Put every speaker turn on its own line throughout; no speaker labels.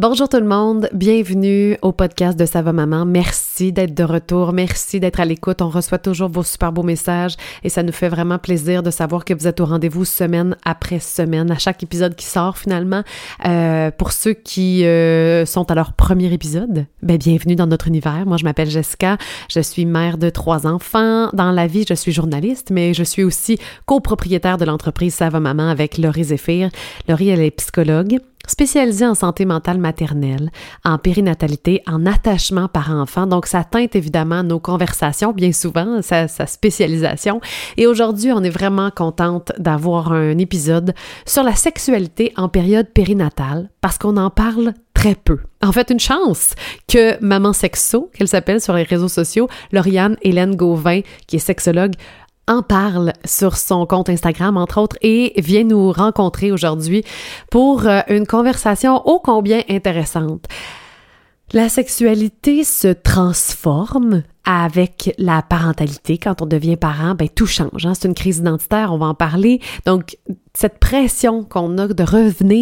Bonjour tout le monde, bienvenue au podcast de Ça va maman. Merci d'être de retour, merci d'être à l'écoute. On reçoit toujours vos super beaux messages et ça nous fait vraiment plaisir de savoir que vous êtes au rendez-vous semaine après semaine, à chaque épisode qui sort finalement. Pour ceux qui sont à leur premier épisode, bienvenue dans notre univers. Moi, je m'appelle Jessica, je suis mère de 3 enfants. Dans la vie, je suis journaliste, mais je suis aussi copropriétaire de l'entreprise Ça va maman avec Laurie Zéphir. Laurie, elle est psychologue, spécialisée en santé mentale maternelle, en périnatalité, en attachement par enfant. Donc, ça teinte évidemment nos conversations, bien souvent, sa spécialisation. Et aujourd'hui, on est vraiment contente d'avoir un épisode sur la sexualité en période périnatale parce qu'on en parle très peu. En fait, une chance que Maman Sexo, qu'elle s'appelle sur les réseaux sociaux, Lauriane Hélène Gauvin, qui est sexologue, en parle sur son compte Instagram, entre autres, et vient nous rencontrer aujourd'hui pour une conversation ô combien intéressante. La sexualité se transforme avec la parentalité. Quand on devient parent, tout change. C'est une crise identitaire, on va en parler. Donc, cette pression qu'on a de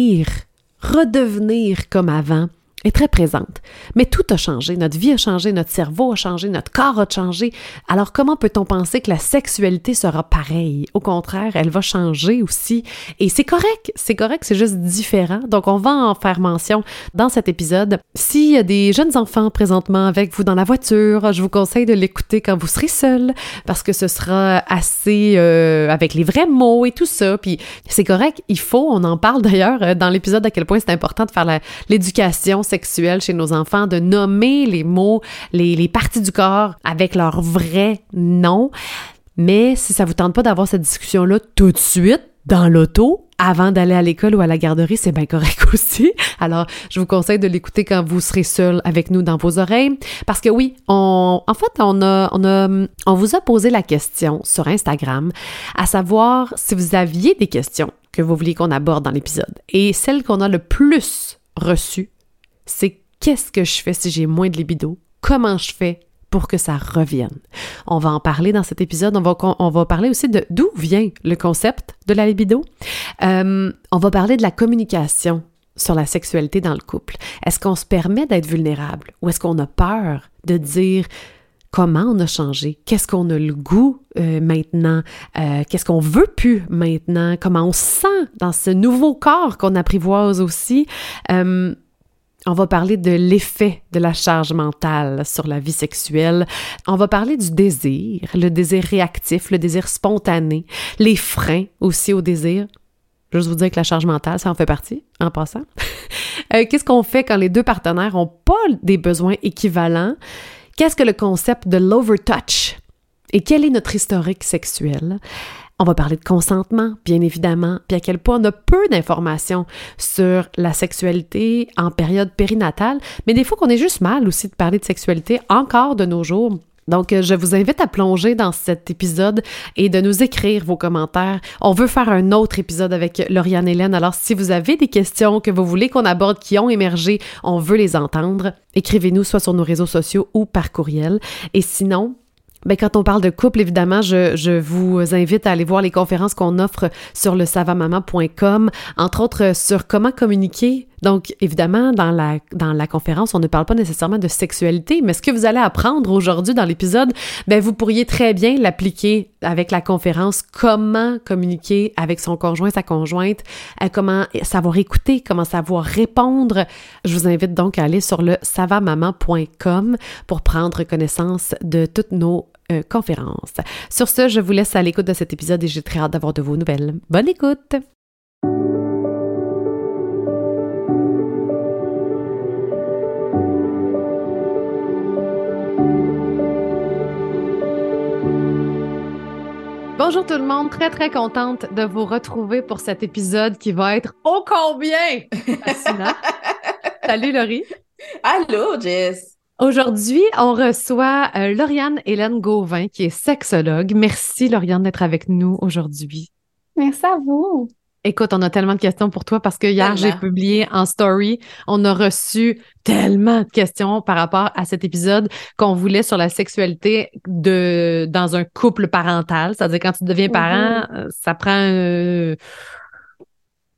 redevenir comme avant, est très présente. Mais tout a changé. Notre vie a changé, notre cerveau a changé, notre corps a changé. Alors, comment peut-on penser que la sexualité sera pareille? Au contraire, elle va changer aussi. Et c'est correct, c'est juste différent. Donc, on va en faire mention dans cet épisode. S'il y a des jeunes enfants présentement avec vous dans la voiture, je vous conseille de l'écouter quand vous serez seul, parce que ce sera assez avec les vrais mots et tout ça. Puis, c'est correct, on en parle d'ailleurs dans l'épisode à quel point c'est important de faire l'éducation sexuelle chez nos enfants, de nommer les mots, les parties du corps avec leur vrai nom. Mais si ça vous tente pas d'avoir cette discussion-là tout de suite, dans l'auto, avant d'aller à l'école ou à la garderie, c'est bien correct aussi. Alors, je vous conseille de l'écouter quand vous serez seul avec nous dans vos oreilles. Parce que oui, on vous a posé la question sur Instagram, à savoir si vous aviez des questions que vous vouliez qu'on aborde dans l'épisode. Et celle qu'on a le plus reçue, c'est qu'est-ce que je fais si j'ai moins de libido? Comment je fais pour que ça revienne? On va en parler dans cet épisode. On va parler aussi de d'où vient le concept de la libido. On va parler de la communication sur la sexualité dans le couple. Est-ce qu'on se permet d'être vulnérable ou est-ce qu'on a peur de dire comment on a changé? Qu'est-ce qu'on a le goût maintenant? Qu'est-ce qu'on veut plus maintenant? Comment on se sent dans ce nouveau corps qu'on apprivoise aussi? On va parler de l'effet de la charge mentale sur la vie sexuelle. On va parler du désir, le désir réactif, le désir spontané, les freins aussi au désir. Juste vous dire que la charge mentale, ça en fait partie, en passant. Qu'est-ce qu'on fait quand les deux partenaires n'ont pas des besoins équivalents? Qu'est-ce que le concept de l'overtouch? Et quel est notre historique sexuel? On va parler de consentement, bien évidemment, puis à quel point on a peu d'informations sur la sexualité en période périnatale, mais des fois qu'on est juste mal aussi de parler de sexualité encore de nos jours. Donc, je vous invite à plonger dans cet épisode et de nous écrire vos commentaires. On veut faire un autre épisode avec Lauriane Hélène, alors si vous avez des questions que vous voulez qu'on aborde, qui ont émergé, on veut les entendre. Écrivez-nous soit sur nos réseaux sociaux ou par courriel. Et sinon, quand on parle de couple, évidemment, je vous invite à aller voir les conférences qu'on offre sur le savamaman.com, entre autres sur comment communiquer. Donc, évidemment, dans la conférence, on ne parle pas nécessairement de sexualité, mais ce que vous allez apprendre aujourd'hui dans l'épisode, vous pourriez très bien l'appliquer avec la conférence, comment communiquer avec son conjoint, sa conjointe, comment savoir écouter, comment savoir répondre. Je vous invite donc à aller sur le savamaman.com pour prendre connaissance de toutes nos conférences. Sur ce, je vous laisse à l'écoute de cet épisode et j'ai très hâte d'avoir de vos nouvelles. Bonne écoute! Bonjour tout le monde, très très contente de vous retrouver pour cet épisode qui va être ô combien fascinant. Salut Laurie!
Allô Jess!
Aujourd'hui, on reçoit Lauriane Hélène Gauvin qui est sexologue. Merci Lauriane d'être avec nous aujourd'hui.
Merci à vous!
Écoute, on a tellement de questions pour toi parce que hier, j'ai publié en story, on a reçu tellement de questions par rapport à cet épisode qu'on voulait sur la sexualité dans un couple parental. C'est-à-dire quand tu deviens parent, ça prend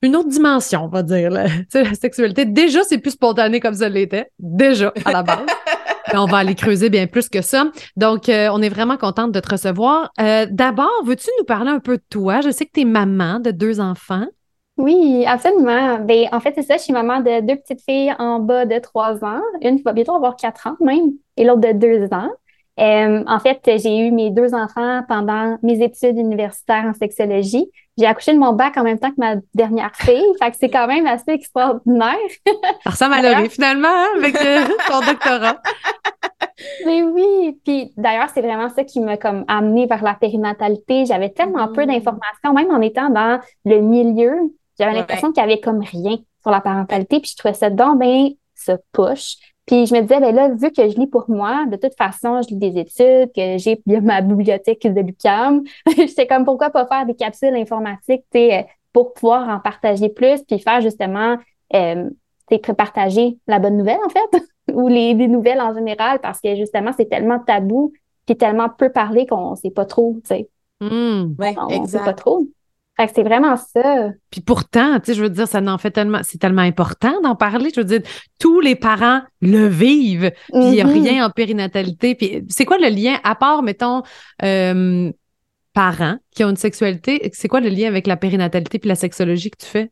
une autre dimension, on va dire. Là. Tu sais, la sexualité, déjà, c'est plus spontané comme ça l'était. Déjà, à la base. Mais on va aller creuser bien plus que ça. Donc, on est vraiment contente de te recevoir. D'abord, veux-tu nous parler un peu de toi? Je sais que tu es maman de 2 enfants.
Oui, absolument. Ben, en fait, c'est ça. Je suis maman de 2 petites filles en bas de 3 ans. Une qui va bientôt avoir 4 ans même, et l'autre de 2 ans. En fait, j'ai eu mes 2 enfants pendant mes études universitaires en sexologie. J'ai accouché de mon bac en même temps que ma dernière fille. Fait que c'est quand même assez extraordinaire.
Ça ressemble à Laurie, finalement, hein, avec ton doctorat.
Mais oui, puis d'ailleurs, c'est vraiment ça qui m'a comme amenée vers la périnatalité. J'avais tellement peu d'informations, même en étant dans le milieu, j'avais l'impression qu'il y avait comme rien sur la parentalité, puis je trouvais ça donc ben ça push. Puis je me disais, ben là, vu que je lis pour moi, de toute façon, je lis des études, que j'ai ma bibliothèque de l'UQAM, j'étais comme pourquoi pas faire des capsules informatiques, tu sais, pour pouvoir en partager plus, puis faire justement, tu sais, partager la bonne nouvelle en fait. Ou des nouvelles en général, parce que justement, c'est tellement tabou, puis tellement peu parlé qu'on ne sait pas trop, tu sais.
Oui,
On sait pas trop. Fait que c'est vraiment ça.
Puis pourtant, tu sais, je veux dire, ça n'en fait tellement, c'est tellement important d'en parler. Je veux dire, tous les parents le vivent, puis il n'y a rien en périnatalité. Puis c'est quoi le lien, à part, mettons, parents qui ont une sexualité, c'est quoi le lien avec la périnatalité puis la sexologie que tu fais?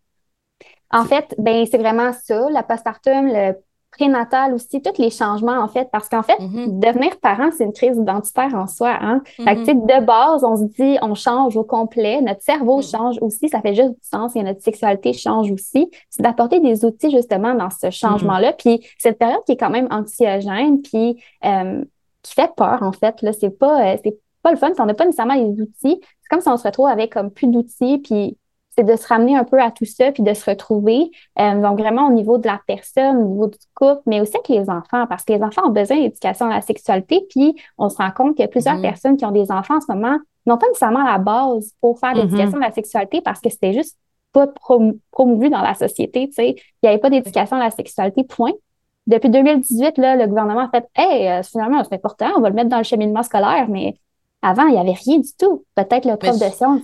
En fait, ben c'est vraiment ça, la postpartum, le prénatal aussi, tous les changements, en fait, parce qu'en fait, devenir parent, c'est une crise identitaire en soi, hein. Fait que, tu sais, de base, on se dit, on change au complet, notre cerveau change aussi, ça fait juste du sens, et notre sexualité change aussi. C'est d'apporter des outils, justement, dans ce changement-là, puis cette période qui est quand même anxiogène, puis qui fait peur, en fait, là, c'est pas le fun, si on n'a pas nécessairement les outils, c'est comme si on se retrouve avec comme plus d'outils, puis c'est de se ramener un peu à tout ça puis de se retrouver. Donc, vraiment au niveau de la personne, au niveau du couple, mais aussi avec les enfants, parce que les enfants ont besoin d'éducation à la sexualité. Puis, on se rend compte que plusieurs personnes qui ont des enfants en ce moment n'ont pas nécessairement la base pour faire l'éducation à la sexualité parce que c'était juste pas promouvu dans la société. Tu sais, il n'y avait pas d'éducation à la sexualité, point. Depuis 2018, là, le gouvernement a fait « Hey, finalement, c'est important, on va le mettre dans le cheminement scolaire. » Mais avant, il n'y avait rien du tout. Peut-être le prof de sciences,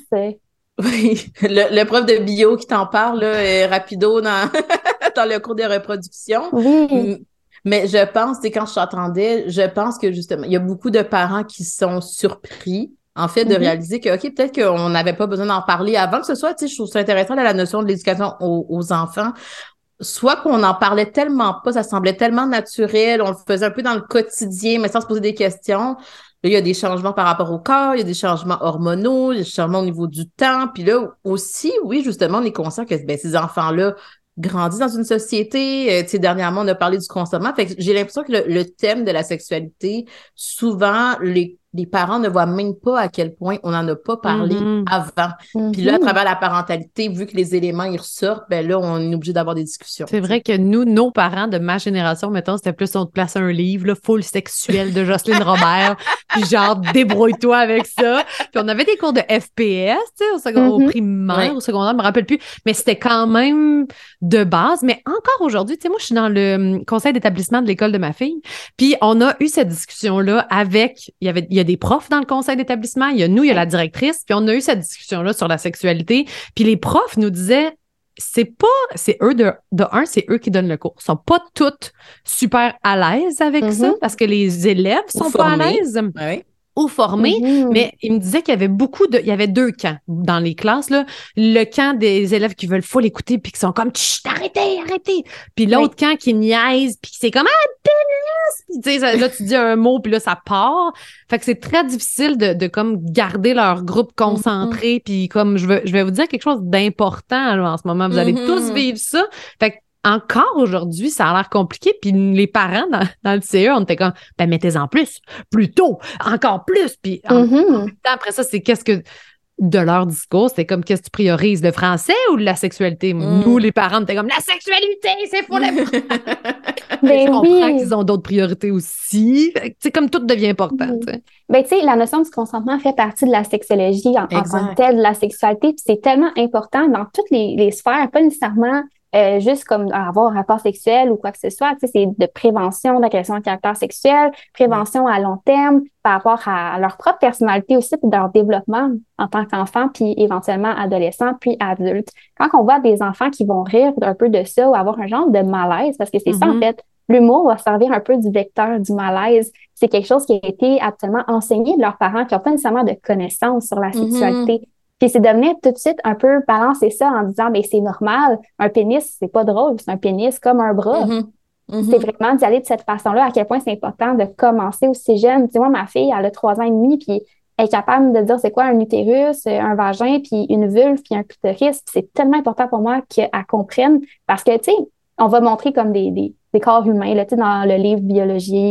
oui, le prof de bio qui t'en parle, là, rapido dans, dans le cours de reproduction.
Oui.
Mais je pense, c'est quand je t'entendais, je pense que justement, il y a beaucoup de parents qui sont surpris, en fait, de réaliser que, OK, peut-être qu'on n'avait pas besoin d'en parler avant que ce soit, tu sais, je trouve ça intéressant, là, la notion de l'éducation aux enfants. Soit qu'on n'en parlait tellement pas, ça semblait tellement naturel, on le faisait un peu dans le quotidien, mais sans se poser des questions. Là, il y a des changements par rapport au corps, il y a des changements hormonaux, il y a des changements au niveau du temps. Puis là aussi, oui, justement, on est conscient que ben, ces enfants-là grandissent dans une société. Tu sais, dernièrement, on a parlé du consentement. Fait que j'ai l'impression que le thème de la sexualité, souvent, les parents ne voient même pas à quel point on n'en a pas parlé avant. Puis là, à travers la parentalité, vu que les éléments, ils ressortent, ben là, on est obligé d'avoir des discussions.
C'est vrai que nous, nos parents de ma génération, mettons, c'était plus on te place un livre, là, full sexuel de Jocelyne Robert, puis genre, débrouille-toi avec ça. Puis on avait des cours de FPS, tu sais, au primaire, au secondaire, je me rappelle plus, mais c'était quand même de base. Mais encore aujourd'hui, tu sais, moi, je suis dans le conseil d'établissement de l'école de ma fille, puis on a eu cette discussion-là avec, il y a des profs dans le conseil d'établissement, il y a la directrice, puis on a eu cette discussion-là sur la sexualité, puis les profs nous disaient, c'est eux c'est eux qui donnent le cours. Ils sont pas toutes super à l'aise avec ça, parce que les élèves sont pas à l'aise.
Oui.
Ou formés, mais il me disait qu'il y avait il y avait 2 camps dans les classes, là. Le camp des élèves qui veulent full écouter puis qui sont comme, chut, arrêtez. Puis l'autre camp qui niaise puis qui c'est comme, puis tu sais, là, tu dis un mot puis là, ça part. Fait que c'est très difficile de comme garder leur groupe concentré puis comme, je vais vous dire quelque chose d'important, là, en ce moment. Vous allez tous vivre ça. Fait que encore aujourd'hui, ça a l'air compliqué. Puis les parents dans le CE, on était comme, ben mettez-en plus tôt, encore plus. Puis en même temps, après ça, c'est qu'est-ce que de leur discours, c'était comme qu'est-ce que tu priorises, le français ou la sexualité? Nous, les parents, on était comme la sexualité, c'est fou. Mais je comprends qu'ils ont d'autres priorités aussi. C'est comme tout devient important.
Ben, tu sais, la notion du consentement fait partie de la sexologie en tant que telle, de la sexualité, puis c'est tellement important dans toutes les sphères, pas nécessairement juste comme avoir un rapport sexuel ou quoi que ce soit. Tu sais, c'est de prévention d'agression de caractère sexuel, prévention à long terme par rapport à leur propre personnalité aussi, puis leur développement en tant qu'enfant, puis éventuellement adolescent, puis adulte. Quand on voit des enfants qui vont rire un peu de ça ou avoir un genre de malaise, parce que c'est ça en fait, l'humour va servir un peu du vecteur du malaise. C'est quelque chose qui a été absolument enseigné de leurs parents qui n'ont pas nécessairement de connaissances sur la sexualité. Puis c'est de venir tout de suite un peu balancer ça en disant, ben c'est normal, un pénis, c'est pas drôle, c'est un pénis comme un bras. C'est vraiment d'y aller de cette façon-là, à quel point c'est important de commencer aussi jeune. Tu sais, moi, ma fille, elle a 3 ans et demi, puis elle est capable de dire c'est quoi un utérus, un vagin, puis une vulve, puis un clitoris. Puis c'est tellement important pour moi qu'elle comprenne, parce que, tu sais, on va montrer comme des corps humains, là, tu sais, dans le livre Biologie,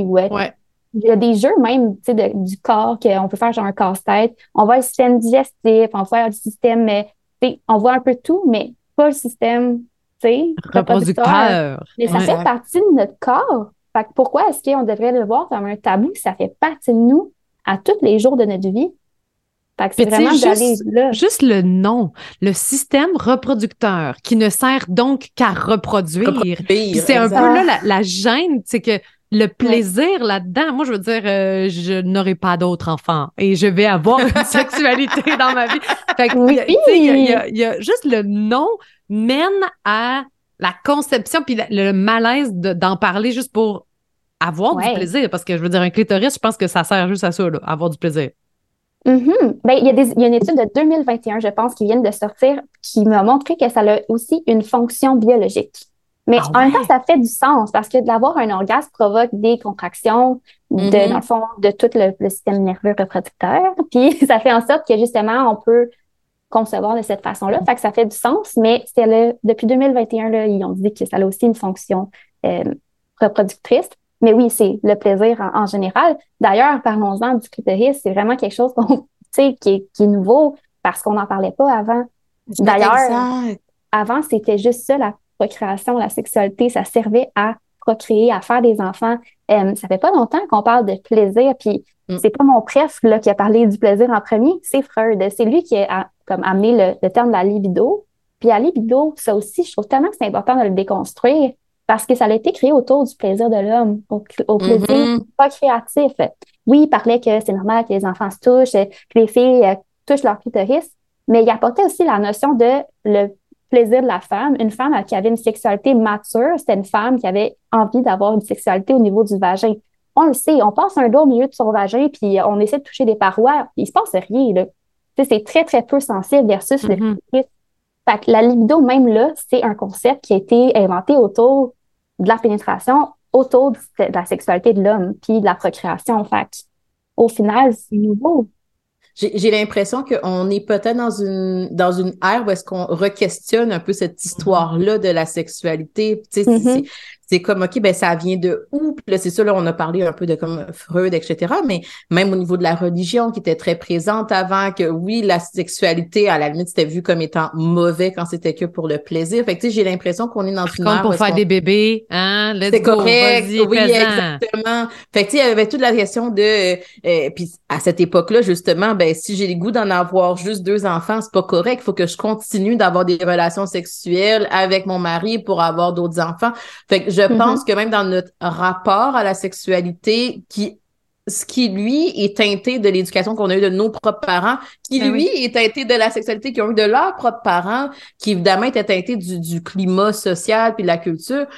il y a des jeux même, tu sais, du corps qu'on peut faire genre un casse-tête. On voit le système digestif, on voit le système, tu sais, on voit un peu tout, mais pas le système, tu sais,
reproducteur.
Mais ça fait partie de notre corps. Fait que pourquoi est-ce qu'on devrait le voir comme un tabou? Ça fait partie de nous à tous les jours de notre vie. Fait que c'est vraiment d'aller là.
Juste le nom, le système reproducteur, qui ne sert donc qu'à reproduire. C'est un peu là la gêne, c'est que le plaisir là-dedans, moi, je veux dire, je n'aurai pas d'autres enfants et je vais avoir une sexualité dans ma vie. Fait que, il y a juste le nom mène à la conception puis le malaise d'en parler juste pour avoir du plaisir. Parce que, je veux dire, un clitoris, je pense que ça sert juste à ça, là, avoir du plaisir.
Ben, il y a une étude de 2021, je pense, qui vient de sortir, qui m'a montré que ça a aussi une fonction biologique. Mais en même temps, ça fait du sens parce que d'avoir un orgasme provoque des contractions dans le fond, de tout le système nerveux reproducteur. Puis ça fait en sorte que justement, on peut concevoir de cette façon-là. Fait que ça fait du sens, mais depuis 2021, là, ils ont dit que ça a aussi une fonction reproductrice. Mais oui, c'est le plaisir en général. D'ailleurs, parlons-en du clitoris, c'est vraiment quelque chose qui est nouveau parce qu'on n'en parlait pas avant. D'ailleurs, avant, c'était juste ça, la procréation, la sexualité, ça servait à procréer, à faire des enfants. Ça fait pas longtemps qu'on parle de plaisir, puis c'est pas mon préf là, qui a parlé du plaisir en premier, c'est Freud. C'est lui qui a comme amené le terme de la libido. Puis la libido, ça aussi, je trouve tellement que c'est important de le déconstruire parce que ça a été créé autour du plaisir de l'homme, au plaisir procréatif. Oui, il parlait que c'est normal que les enfants se touchent, que les filles touchent leur clitoris, mais il apportait aussi la notion de le plaisir de la femme. Une femme qui avait une sexualité mature, c'était une femme qui avait envie d'avoir une sexualité au niveau du vagin. On le sait, on passe un doigt au milieu de son vagin, puis on essaie de toucher des parois, il se passe rien, là. Tu sais, c'est très, très peu sensible versus le clitoris. Fait que la libido, même là, c'est un concept qui a été inventé autour de la pénétration, autour de la sexualité de l'homme, puis de la procréation. Fait que, au final, c'est nouveau.
J'ai l'impression qu'on est peut-être dans une ère où est-ce qu'on re-questionne un peu cette histoire-là de la sexualité. Tu sais, c'est comme, OK, ben ça vient de où? Puis là, c'est ça, là, on a parlé un peu de comme Freud, etc., mais même au niveau de la religion qui était très présente avant, que oui, la sexualité, à la limite, c'était vu comme étant mauvais quand c'était que pour le plaisir. Fait que, tu sais, j'ai l'impression qu'on est dans une ère
pour faire des bébés, hein?
C'est correct, oui, exactement. Fait que, tu sais, il y avait toute la question de... puis à cette époque-là, justement, ben si j'ai le goût d'en avoir juste 2 enfants, c'est pas correct. Il faut que je continue d'avoir des relations sexuelles avec mon mari pour avoir d'autres enfants. Fait que je pense que même dans notre rapport à la sexualité, ce qui, lui, est teinté de l'éducation qu'on a eue de nos propres parents, qui, lui, est teinté de la sexualité qu'ils ont eu de leurs propres parents, qui, évidemment, était teinté du climat social puis de la culture.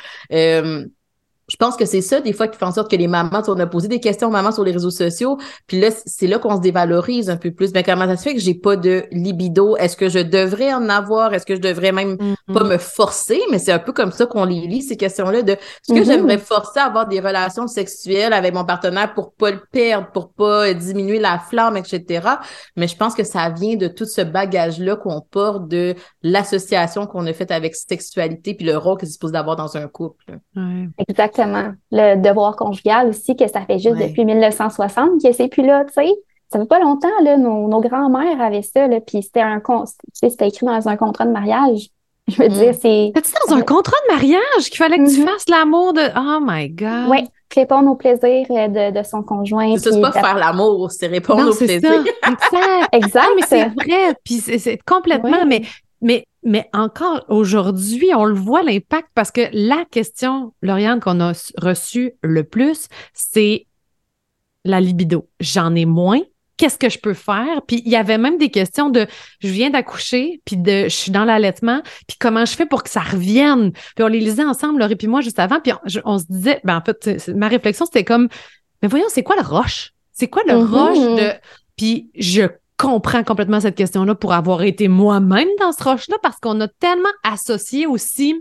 Je pense que c'est ça, des fois, qui fait en sorte que les mamans, on a posé des questions aux mamans sur les réseaux sociaux, puis là, c'est là qu'on se dévalorise un peu plus. Mais comment ça se fait que j'ai pas de libido? Est-ce que je devrais en avoir? Est-ce que je devrais même pas me forcer? Mais c'est un peu comme ça qu'on les lit, ces questions-là de est-ce que j'aimerais forcer à avoir des relations sexuelles avec mon partenaire pour pas le perdre, pour pas diminuer la flamme, etc. Mais je pense que ça vient de tout ce bagage-là qu'on porte de l'association qu'on a faite avec sexualité puis le rôle que c'est supposé d'avoir dans un couple.
Ouais. Exactement. Le devoir conjugal aussi, que ça fait juste depuis 1960 que c'est plus là, tu sais. Ça fait pas longtemps, là, nos grands-mères avaient ça, là, puis c'était écrit dans un contrat de mariage. Je veux dire, c'est...
C'était dans un contrat de mariage qu'il fallait que tu fasses l'amour de... Oh my God!
Oui, répondre aux plaisirs de son conjoint.
C'est ça, c'est pas faire l'amour, c'est répondre aux plaisirs.
Exact.
Exact.
Mais c'est vrai, puis c'est complètement... Mais Mais encore aujourd'hui, on le voit l'impact parce que la question, Lauriane, qu'on a reçue le plus, c'est la libido. J'en ai moins. Qu'est-ce que je peux faire? Puis il y avait même des questions de je viens d'accoucher, puis je suis dans l'allaitement, puis comment je fais pour que ça revienne? Puis on les lisait ensemble, Laurie puis moi, juste avant, puis on se disait, en fait, ma réflexion, c'était comme, mais voyons, c'est quoi le rush? C'est quoi le rush de... Puis je comprends complètement cette question-là pour avoir été moi-même dans ce rush-là, parce qu'on a tellement associé aussi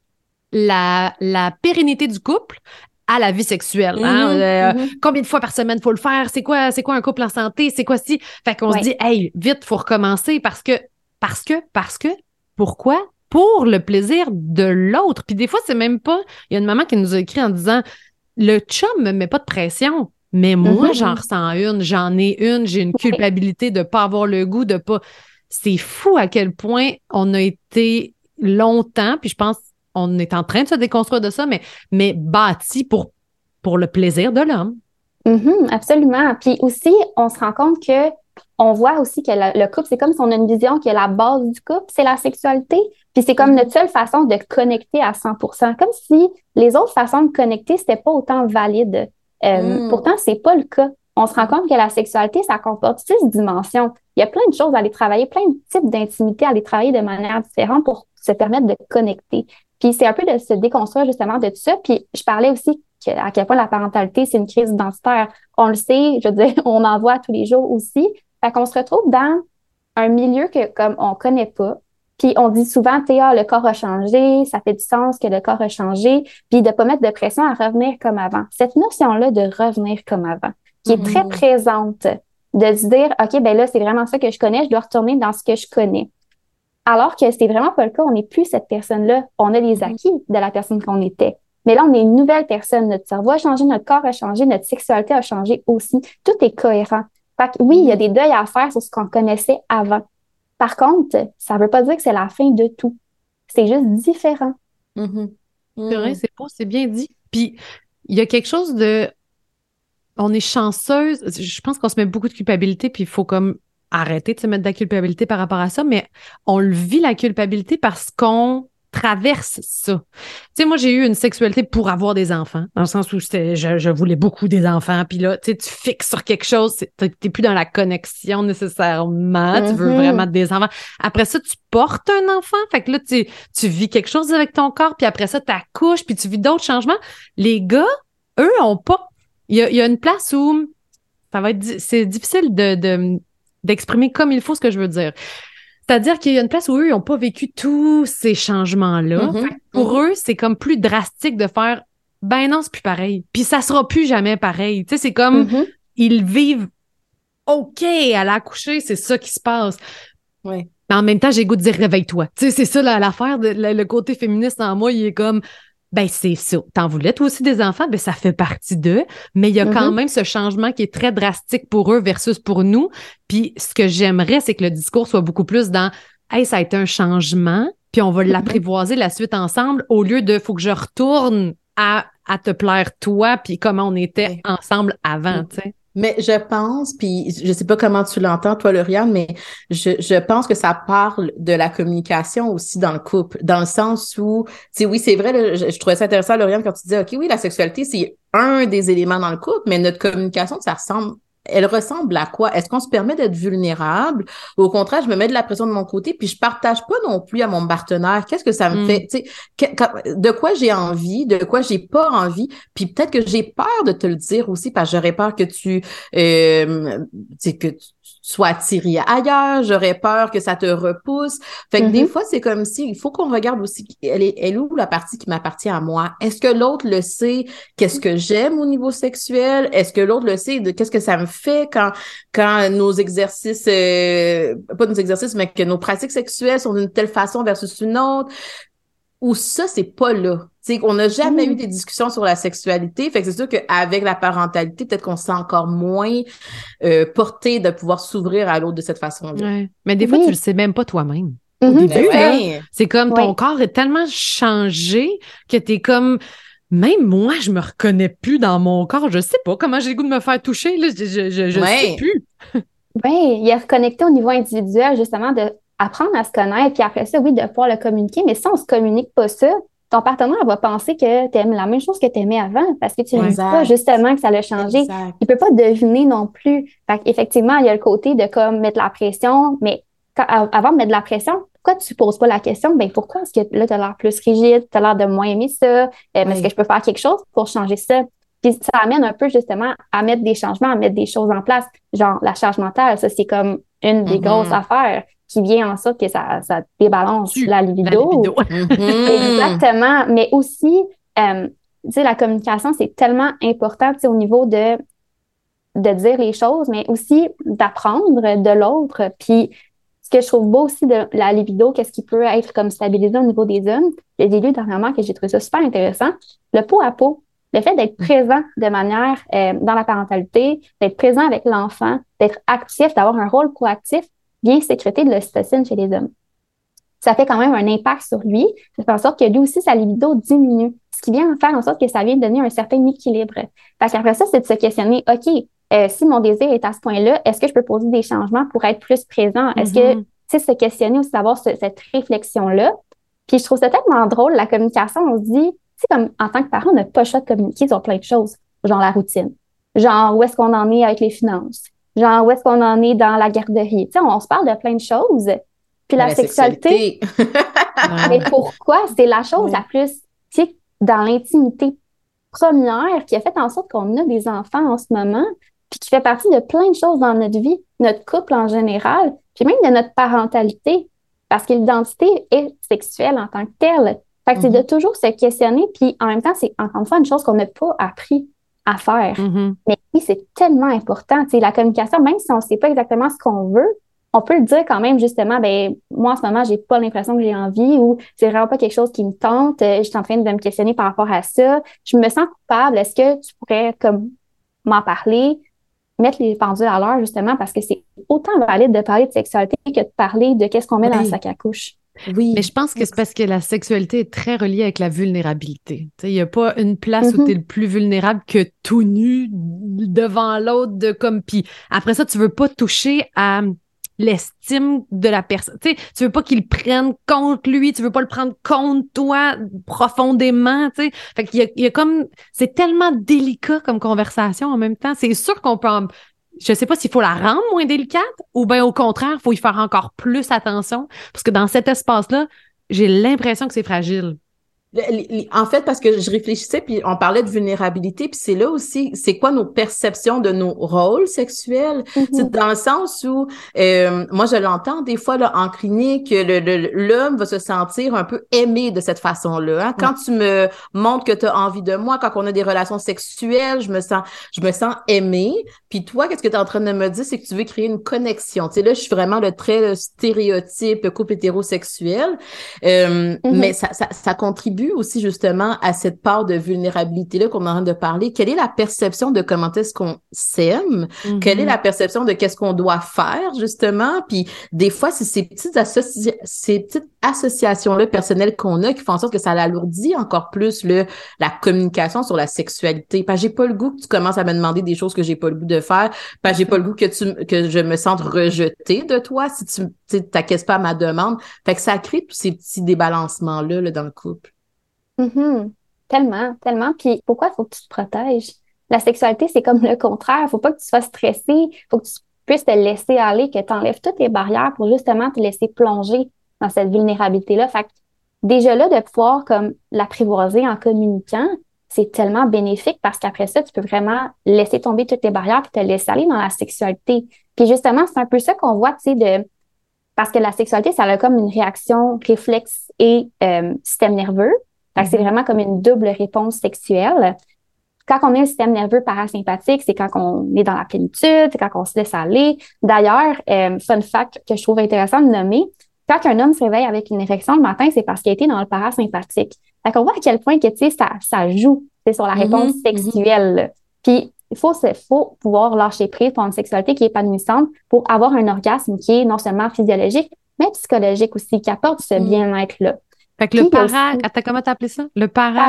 la pérennité du couple à la vie sexuelle. Combien de fois par semaine faut le faire? C'est quoi un couple en santé? C'est quoi si? Fait qu'on se dit, hey, vite, faut recommencer parce que, pourquoi? Pour le plaisir de l'autre. Puis des fois, c'est même pas... Il y a une maman qui nous a écrit en disant, le chum me met pas de pression, mais moi, j'en ressens j'en ai une, j'ai une culpabilité de pas avoir le goût, de pas... C'est fou à quel point on a été longtemps, puis je pense on est en train de se déconstruire de ça, mais bâti pour le plaisir de l'homme.
Absolument. Puis aussi, on se rend compte que on voit aussi que le couple, c'est comme si on a une vision que la base du couple, c'est la sexualité. Puis c'est comme notre seule façon de connecter à 100%. Comme si les autres façons de connecter, c'était pas autant valide. Pourtant, c'est pas le cas. On se rend compte que la sexualité, ça comporte 6 dimensions. Il y a plein de choses à aller travailler, plein de types d'intimité à aller travailler de manière différente pour se permettre de connecter. Puis c'est un peu de se déconstruire justement de tout ça. Puis je parlais aussi à quel point la parentalité, c'est une crise identitaire. On le sait, je veux dire, on en voit tous les jours aussi. Fait qu'on se retrouve dans un milieu que comme on connaît pas. Puis on dit souvent, le corps a changé, ça fait du sens que le corps a changé, puis de pas mettre de pression à revenir comme avant. Cette notion-là de revenir comme avant, qui est très présente, de se dire, OK, ben là, c'est vraiment ça que je connais, je dois retourner dans ce que je connais. Alors que c'est vraiment pas le cas, on n'est plus cette personne-là. On a les acquis de la personne qu'on était. Mais là, on est une nouvelle personne. Notre cerveau a changé, notre corps a changé, notre sexualité a changé aussi. Tout est cohérent. Fait que oui, il y a des deuils à faire sur ce qu'on connaissait avant. Par contre, ça veut pas dire que c'est la fin de tout. C'est juste différent.
C'est vrai, c'est beau, c'est bien dit. Puis, il y a quelque chose de... On est chanceuse. Je pense qu'on se met beaucoup de culpabilité, puis il faut comme arrêter de se mettre de la culpabilité par rapport à ça, mais on le vit, la culpabilité, parce qu'on traverse ça. Tu sais, moi, j'ai eu une sexualité pour avoir des enfants, dans le sens où je voulais beaucoup des enfants, puis là, tu sais, tu fixes sur quelque chose, t'es plus dans la connexion nécessairement, tu veux vraiment des enfants. Après ça, tu portes un enfant, fait que là, tu vis quelque chose avec ton corps, puis après ça, t'accouches, puis tu vis d'autres changements. Les gars, eux, ont pas... Il y a une place où c'est difficile d'exprimer comme il faut ce que je veux dire. C'est-à-dire qu'il y a une place où eux, ils n'ont pas vécu tous ces changements-là. Pour eux, c'est comme plus drastique de faire « Ben non, c'est plus pareil. » Puis ça sera plus jamais pareil. Tu sais, c'est comme ils vivent « OK, elle a accouché, c'est ça qui se passe. »
Oui.
Mais en même temps, j'ai le goût de dire « Réveille-toi. » Tu sais, c'est ça l'affaire, le côté féministe en moi, il est comme ben c'est ça. T'en voulais toi aussi des enfants, ben ça fait partie d'eux, mais il y a quand même ce changement qui est très drastique pour eux versus pour nous. Puis ce que j'aimerais, c'est que le discours soit beaucoup plus dans « Hey, ça a été un changement, puis on va l'apprivoiser la suite ensemble » au lieu de « Faut que je retourne à te plaire toi, puis comment on était ensemble avant, tu sais. »
Mais je pense, puis je sais pas comment tu l'entends, toi, Lauriane, mais je pense que ça parle de la communication aussi dans le couple, dans le sens où, tu sais, oui, c'est vrai, là, je trouvais ça intéressant, Lauriane, quand tu disais, OK, oui, la sexualité, c'est un des éléments dans le couple, mais notre communication, elle ressemble à quoi? Est-ce qu'on se permet d'être vulnérable? Ou au contraire, je me mets de la pression de mon côté, puis je partage pas non plus à mon partenaire. Qu'est-ce que ça me fait? Tu sais, de quoi j'ai envie, de quoi j'ai pas envie, puis peut-être que j'ai peur de te le dire aussi, parce que j'aurais peur que tu sois attiré ailleurs, j'aurais peur que ça te repousse. Fait que des fois, c'est comme si, il faut qu'on regarde aussi, elle est où la partie qui m'appartient à moi? Est-ce que l'autre le sait? Qu'est-ce que j'aime au niveau sexuel? Est-ce que l'autre le sait de qu'est-ce que ça me fait quand nos exercices, pas nos exercices, mais que nos pratiques sexuelles sont d'une telle façon versus une autre? Ou ça, c'est pas là. Tu sais, on n'a jamais eu des discussions sur la sexualité. Fait que c'est sûr qu'avec la parentalité, peut-être qu'on se sent encore moins porté de pouvoir s'ouvrir à l'autre de cette façon-là.
Ouais. Mais des fois, tu le sais même pas toi-même. Au début, c'est comme ton corps est tellement changé que t'es comme... Même moi, je me reconnais plus dans mon corps. Je sais pas comment j'ai le goût de me faire toucher. Là. Je sais plus.
Oui, il est reconnecté au niveau individuel, justement, de apprendre à se connaître, puis après ça, oui, de pouvoir le communiquer, mais si on se communique pas ça, ton partenaire va penser que tu aimes la même chose que tu aimais avant parce que tu ne lui dis pas justement que ça l'a changé.
Exact.
Il peut pas deviner non plus. Fait qu'effectivement, il y a le côté de comme mettre la pression, mais avant de mettre de la pression, pourquoi tu poses pas la question? Ben pourquoi est-ce que là, tu as l'air plus rigide, tu as l'air de moins aimer ça? Est-ce que je peux faire quelque chose pour changer ça? Puis ça amène un peu justement à mettre des changements, à mettre des choses en place. Genre la charge mentale, ça, c'est comme une des grosses affaires qui vient en sorte que ça débalance la libido. Exactement. Mais aussi, tu sais, la communication, c'est tellement important, tu sais, au niveau de dire les choses, mais aussi d'apprendre de l'autre. Puis, ce que je trouve beau aussi de la libido, qu'est-ce qui peut être comme stabilisé au niveau des hommes, j'ai lu dernièrement que j'ai trouvé ça super intéressant, le pot à pot. Le fait d'être présent de manière dans la parentalité, d'être présent avec l'enfant, d'être actif, d'avoir un rôle proactif, vient sécréter de l'ocytocine chez les hommes. Ça fait quand même un impact sur lui. Ça fait en sorte que lui aussi, sa libido diminue. Ce qui vient faire en sorte que ça vient donner un certain équilibre. Parce qu'après ça, c'est de se questionner, OK, si mon désir est à ce point-là, est-ce que je peux poser des changements pour être plus présent? Est-ce que, tu sais, se questionner aussi, d'avoir cette réflexion-là. Puis je trouve ça tellement drôle, la communication, on se dit, tu sais, comme en tant que parent, on n'a pas le choix de communiquer sur plein de choses. Genre la routine. Genre, où est-ce qu'on en est avec les finances? Genre, où est-ce qu'on en est dans la garderie? Tu sais, on se parle de plein de choses. Puis la sexualité. Mais pourquoi? C'est la chose la plus, tu sais, dans l'intimité première qui a fait en sorte qu'on a des enfants en ce moment, puis qui fait partie de plein de choses dans notre vie, notre couple en général, puis même de notre parentalité. Parce que l'identité est sexuelle en tant que telle. Fait que c'est de toujours se questionner, puis en même temps, c'est encore une fois une chose qu'on n'a pas appris à faire. Mais oui, c'est tellement important. Tu sais, la communication, même si on ne sait pas exactement ce qu'on veut, on peut le dire quand même, justement, ben moi, en ce moment, j'ai pas l'impression que j'ai envie ou c'est vraiment pas quelque chose qui me tente. Je suis en train de me questionner par rapport à ça. Je me sens coupable. Est-ce que tu pourrais comme m'en parler, mettre les pendules à l'heure, justement, parce que c'est autant valide de parler de sexualité que de parler de qu'est-ce qu'on met dans le sac à couche.
Oui. Mais je pense que c'est parce que la sexualité est très reliée avec la vulnérabilité. Il n'y a pas une place où tu es le plus vulnérable que tout nu devant l'autre. Puis après ça, tu veux pas toucher à l'estime de la personne. Tu veux pas qu'il prenne contre lui, tu veux pas le prendre contre toi profondément. T'sais. Fait qu'il y a comme... C'est tellement délicat comme conversation en même temps. C'est sûr qu'on peut... Je sais pas s'il faut la rendre moins délicate ou bien au contraire, il faut y faire encore plus attention parce que dans cet espace-là, j'ai l'impression que c'est fragile.
En fait, parce que je réfléchissais, puis on parlait de vulnérabilité, puis c'est là aussi, c'est quoi nos perceptions de nos rôles sexuels? C'est dans le sens où, moi, je l'entends des fois là, en clinique, l'homme va se sentir un peu aimé de cette façon-là. Hein? Quand tu me montres que tu as envie de moi, quand on a des relations sexuelles, je me sens aimée. Puis toi, qu'est-ce que tu es en train de me dire? C'est que tu veux créer une connexion. Tu sais, là, je suis vraiment le très stéréotype couple hétérosexuel. Mais ça contribue aussi justement à cette part de vulnérabilité-là qu'on est en train de parler. Quelle est la perception de comment est-ce qu'on s'aime? Quelle est la perception de qu'est-ce qu'on doit faire, justement? Puis des fois, c'est ces petites associations-là personnelles qu'on a qui font en sorte que ça alourdit encore plus la communication sur la sexualité. Parce que j'ai pas le goût que tu commences à me demander des choses que j'ai pas le goût de faire. Parce que j'ai pas le goût que je me sente rejetée de toi si tu t'acquiesces pas à ma demande. Fait que ça crée tous ces petits débalancements-là là, dans le couple.
Tellement, tellement. Puis pourquoi il faut que tu te protèges? La sexualité, c'est comme le contraire. Faut pas que tu sois stressé. Faut que tu puisses te laisser aller, que tu enlèves toutes les barrières pour justement te laisser plonger dans cette vulnérabilité-là. Fait que déjà là, de pouvoir comme l'apprivoiser en communiquant, c'est tellement bénéfique parce qu'après ça, tu peux vraiment laisser tomber toutes les barrières et te laisser aller dans la sexualité. Puis justement, c'est un peu ça qu'on voit, tu sais, parce que la sexualité, ça a comme une réaction réflexe et système nerveux. Fait que c'est vraiment comme une double réponse sexuelle. Quand on a le système nerveux parasympathique, c'est quand on est dans la plénitude, c'est quand on se laisse aller. D'ailleurs, fun fact que je trouve intéressant de nommer, quand un homme se réveille avec une érection le matin, c'est parce qu'il a été dans le parasympathique. Fait qu'on voit à quel point que, tu sais, ça joue sur la réponse sexuelle. Puis, il faut pouvoir lâcher prise pour une sexualité qui est épanouissante pour avoir un orgasme qui est non seulement physiologique, mais psychologique aussi, qui apporte ce bien-être-là.
Fait que le comment t'as appelé ça? Le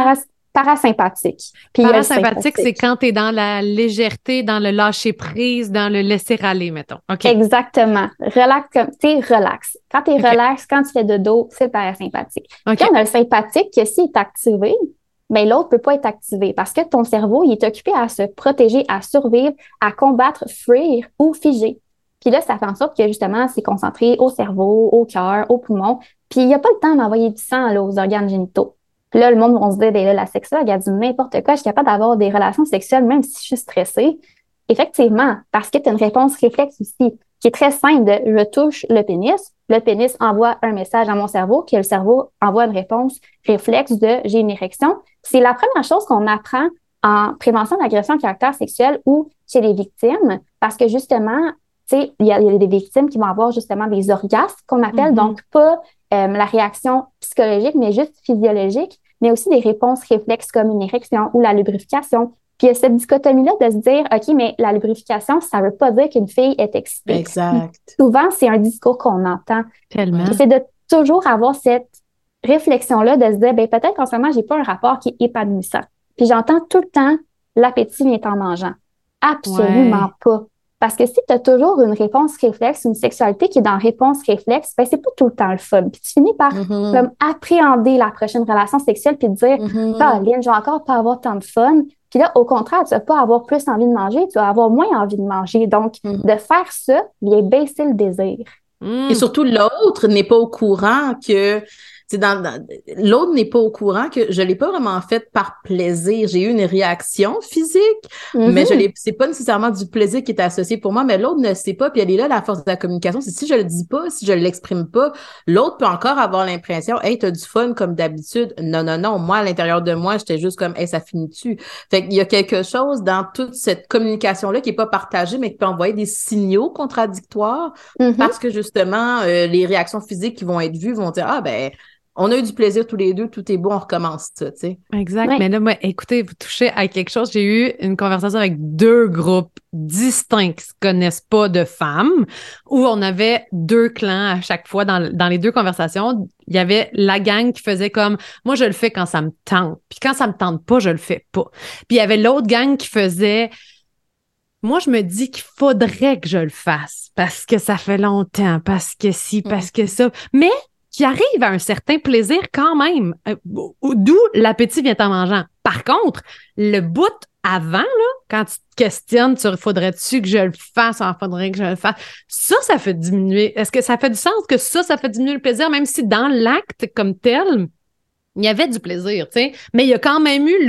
parasympathique. Puis
parasympathique, c'est quand tu es dans la légèreté, dans le lâcher-prise, dans le laisser-aller, mettons. OK.
Exactement. Relax, relax. Quand tu es relax, quand tu fais de dos, c'est le parasympathique.
Okay.
Puis on a le sympathique que s'il est activé, mais l'autre peut pas être activé parce que ton cerveau, il est occupé à se protéger, à survivre, à combattre, fuir ou figer. Puis là, ça fait en sorte que justement, c'est concentré au cerveau, au cœur, aux poumons. Puis il n'y a pas le temps d'envoyer du sang là, aux organes génitaux. Puis là, le monde, on se dit, ben là, la sexologue a dit n'importe quoi, je suis capable d'avoir des relations sexuelles même si je suis stressée. Effectivement, parce que tu as une réponse réflexe aussi, qui est très simple de je touche le pénis envoie un message à mon cerveau, puis le cerveau envoie une réponse réflexe de j'ai une érection. C'est la première chose qu'on apprend en prévention d'agression à caractère sexuel ou chez les victimes, parce que justement, tu sais, il y a des victimes qui vont avoir justement des orgasmes qu'on appelle, donc pas la réaction psychologique, mais juste physiologique, mais aussi des réponses réflexes comme une érection ou la lubrification. Puis il y a cette dichotomie-là de se dire, OK, mais la lubrification, ça veut pas dire qu'une fille est excitée.
Exact.
Souvent, c'est un discours qu'on entend.
Tellement.
Puis c'est de toujours avoir cette réflexion-là de se dire, ben peut-être qu'en ce moment, j'ai pas un rapport qui est épanouissant. Puis j'entends tout le temps, l'appétit vient en mangeant. Absolument pas. Parce que si tu as toujours une réponse réflexe, une sexualité qui est dans réponse réflexe, ben c'est pas tout le temps le fun. Puis tu finis par comme appréhender la prochaine relation sexuelle puis te dire Lynn, je vais encore pas avoir tant de fun. Puis là, au contraire, tu vas pas avoir plus envie de manger, tu vas avoir moins envie de manger. Donc, de faire ça vient baisser le désir.
Et surtout, l'autre n'est pas au courant que l'autre n'est pas au courant que je l'ai pas vraiment fait par plaisir. J'ai eu une réaction physique, mais c'est pas nécessairement du plaisir qui est associé pour moi, mais l'autre ne sait pas, puis elle est là, la force de la communication. C'est si je le dis pas, si je l'exprime pas, l'autre peut encore avoir l'impression, hey, t'as du fun comme d'habitude. Non. Moi, à l'intérieur de moi, j'étais juste comme, hey, ça finit-tu? Fait qu'il y a quelque chose dans toute cette communication-là qui est pas partagée, mais qui peut envoyer des signaux contradictoires parce que justement, les réactions physiques qui vont être vues vont dire, ah, ben, on a eu du plaisir tous les deux, tout est beau, on recommence ça, tu sais.
Exact. Mais là, moi, écoutez, vous touchez à quelque chose. J'ai eu une conversation avec deux groupes distincts qui se connaissent pas de femmes, où on avait deux clans à chaque fois dans les deux conversations. Il y avait la gang qui faisait comme, moi, je le fais quand ça me tente. Puis quand ça me tente pas, je le fais pas. Puis il y avait l'autre gang qui faisait, moi, je me dis qu'il faudrait que je le fasse parce que ça fait longtemps, parce que si, parce que ça. Mais qui arrive à un certain plaisir quand même, d'où l'appétit vient en mangeant. Par contre, le bout avant, là, quand tu te questionnes sur faudrait-tu que je le fasse, faudrait que je le fasse, ça fait diminuer. Est-ce que ça fait du sens que ça fait diminuer le plaisir, même si dans l'acte comme tel, il y avait du plaisir, tu sais, mais il y a quand même eu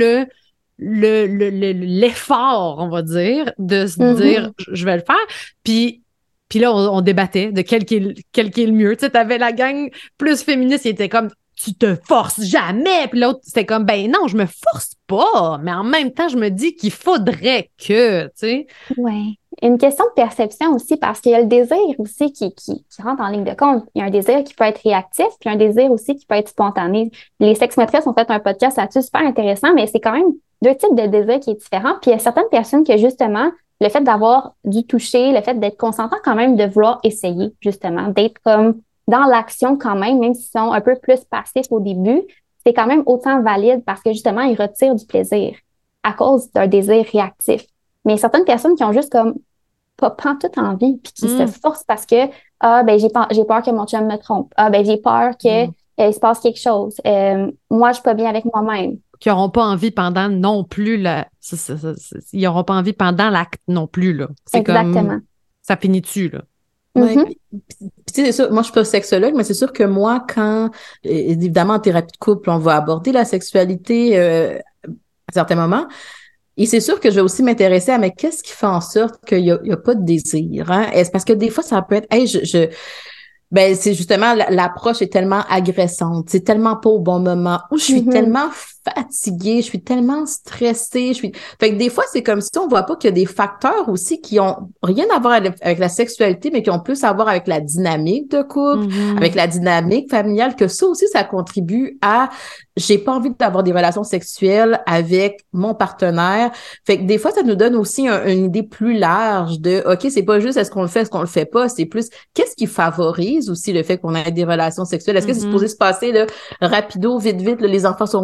l'effort, on va dire, de se dire je vais le faire. Puis là, on débattait de quel qui est le mieux. Tu sais, t'avais la gang plus féministe qui était comme « Tu te forces jamais! » Puis l'autre, c'était comme « Ben non, je me force pas! » Mais en même temps, je me dis qu'il faudrait que, tu sais.
Oui. Une question de perception aussi, parce qu'il y a le désir aussi qui rentre en ligne de compte. Il y a un désir qui peut être réactif, puis un désir aussi qui peut être spontané. Les sexmaîtresses ont fait un podcast là-dessus super intéressant, mais c'est quand même deux types de désir qui est différent. Puis il y a certaines personnes que justement, le fait d'avoir du toucher, le fait d'être consentant quand même, de vouloir essayer, justement, d'être comme dans l'action quand même s'ils sont un peu plus passifs au début, c'est quand même autant valide parce que justement, ils retirent du plaisir à cause d'un désir réactif. Mais certaines personnes qui ont juste comme pas toute envie, puis qui se forcent parce que j'ai peur que mon chum me trompe. J'ai peur que il se passe quelque chose. Moi, je suis pas bien avec moi-même.
Qui n'auront pas envie pendant non plus ils n'auront pas envie pendant l'acte non plus, là. C'est
exactement.
Comme ça finit dessus, là.
Ouais, c'est sûr, moi je suis pas sexologue, mais c'est sûr que moi, quand évidemment en thérapie de couple, on va aborder la sexualité à certains moments, et c'est sûr que je vais aussi m'intéresser à mais qu'est-ce qui fait en sorte qu'il y a pas de désir, hein? Est-ce parce que des fois ça peut être ben c'est justement l'approche est tellement agressante, c'est tellement pas au bon moment, ou je suis tellement fatiguée, je suis tellement stressée, fait que des fois c'est comme si on voit pas qu'il y a des facteurs aussi qui ont rien à voir avec la sexualité, mais qui ont plus à voir avec la dynamique de couple, avec la dynamique familiale, que ça aussi ça contribue à j'ai pas envie d'avoir des relations sexuelles avec mon partenaire. Fait que des fois ça nous donne aussi une idée plus large de OK, c'est pas juste est-ce qu'on le fait, est-ce qu'on le fait pas, c'est plus qu'est-ce qui favorise aussi le fait qu'on ait des relations sexuelles. Est-ce que c'est supposé se passer là, rapido, vite, là, les enfants sont couchés, il faut y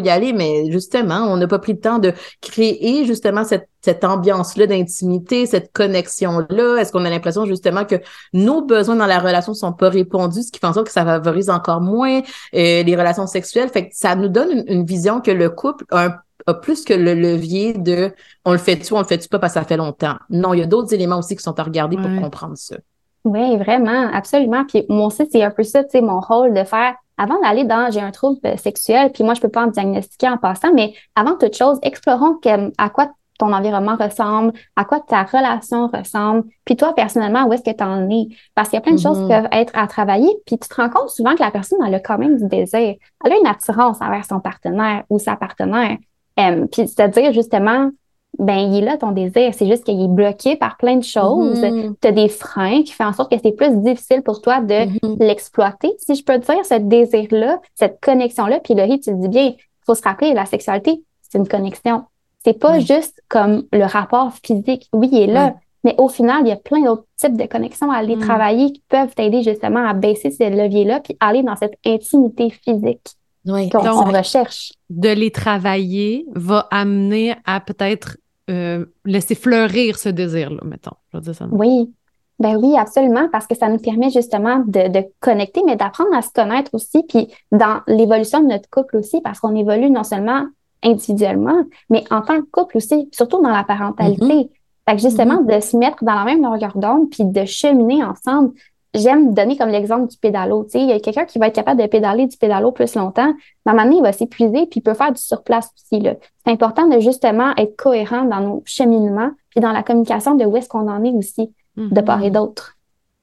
aller, mais justement, on n'a pas pris le temps de créer justement cette ambiance-là d'intimité, cette connexion-là. Est-ce qu'on a l'impression justement que nos besoins dans la relation sont pas répondus, ce qui fait en sorte que ça favorise encore moins les relations sexuelles? Fait que ça nous donne une vision que le couple a plus que le levier de on le fait-tu pas parce que ça fait longtemps. Non, il y a d'autres éléments aussi qui sont à regarder pour comprendre ça.
Oui, vraiment, absolument. Puis moi aussi, c'est un peu ça, tu sais, mon rôle de faire, avant d'aller dans j'ai un trouble sexuel, puis moi, je peux pas en diagnostiquer en passant, mais avant toute chose, explorons à quoi ton environnement ressemble, à quoi ta relation ressemble, puis toi, personnellement, où est-ce que tu en es? Parce qu'il y a plein de choses qui peuvent être à travailler, puis tu te rends compte souvent que la personne, elle a quand même du désir. Elle a une attirance envers son partenaire ou sa partenaire. Puis c'est-à-dire, justement, ben il est là ton désir, c'est juste qu'il est bloqué par plein de choses. Tu as des freins qui font en sorte que c'est plus difficile pour toi de l'exploiter, si je peux te dire, ce désir-là, cette connexion-là. Puis Laurie, tu le dis bien, il faut se rappeler, la sexualité, c'est une connexion. C'est pas juste comme le rapport physique. Oui, il est là, mais au final, il y a plein d'autres types de connexions à aller travailler qui peuvent t'aider justement à baisser ces leviers-là puis aller dans cette intimité physique qu'on recherche.
De les travailler va amener à peut-être laisser fleurir ce désir-là, mettons. Je vais dire ça.
Oui. Ben oui, absolument, parce que ça nous permet justement de connecter, mais d'apprendre à se connaître aussi, puis dans l'évolution de notre couple aussi, parce qu'on évolue non seulement individuellement, mais en tant que couple aussi, surtout dans la parentalité. Fait que justement, de se mettre dans la même longueur d'onde, puis de cheminer ensemble. J'aime donner comme l'exemple du pédalo. Tu sais, il y a quelqu'un qui va être capable de pédaler du pédalo plus longtemps. Dans ma il va s'épuiser, puis il peut faire du surplace aussi, là. C'est important de justement être cohérent dans nos cheminements, puis dans la communication de où est-ce qu'on en est aussi, de part et d'autre.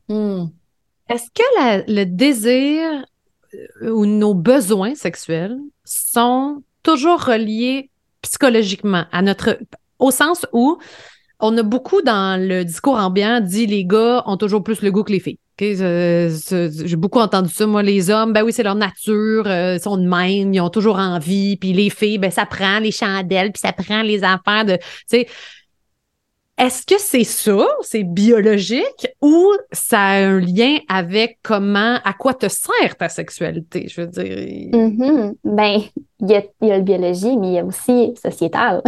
Est-ce que le désir ou nos besoins sexuels sont toujours reliés psychologiquement au sens où on a beaucoup dans le discours ambiant dit les gars ont toujours plus le goût que les filles. Okay? J'ai beaucoup entendu ça. Moi, les hommes, ben oui, c'est leur nature, ils sont de même, ils ont toujours envie. Puis les filles, ben ça prend les chandelles, puis ça prend les affaires de... Tu sais, est-ce que c'est ça, c'est biologique, ou ça a un lien avec à quoi te sert ta sexualité? Je veux dire...
Ben, il y a le biologie, mais il y a aussi sociétal.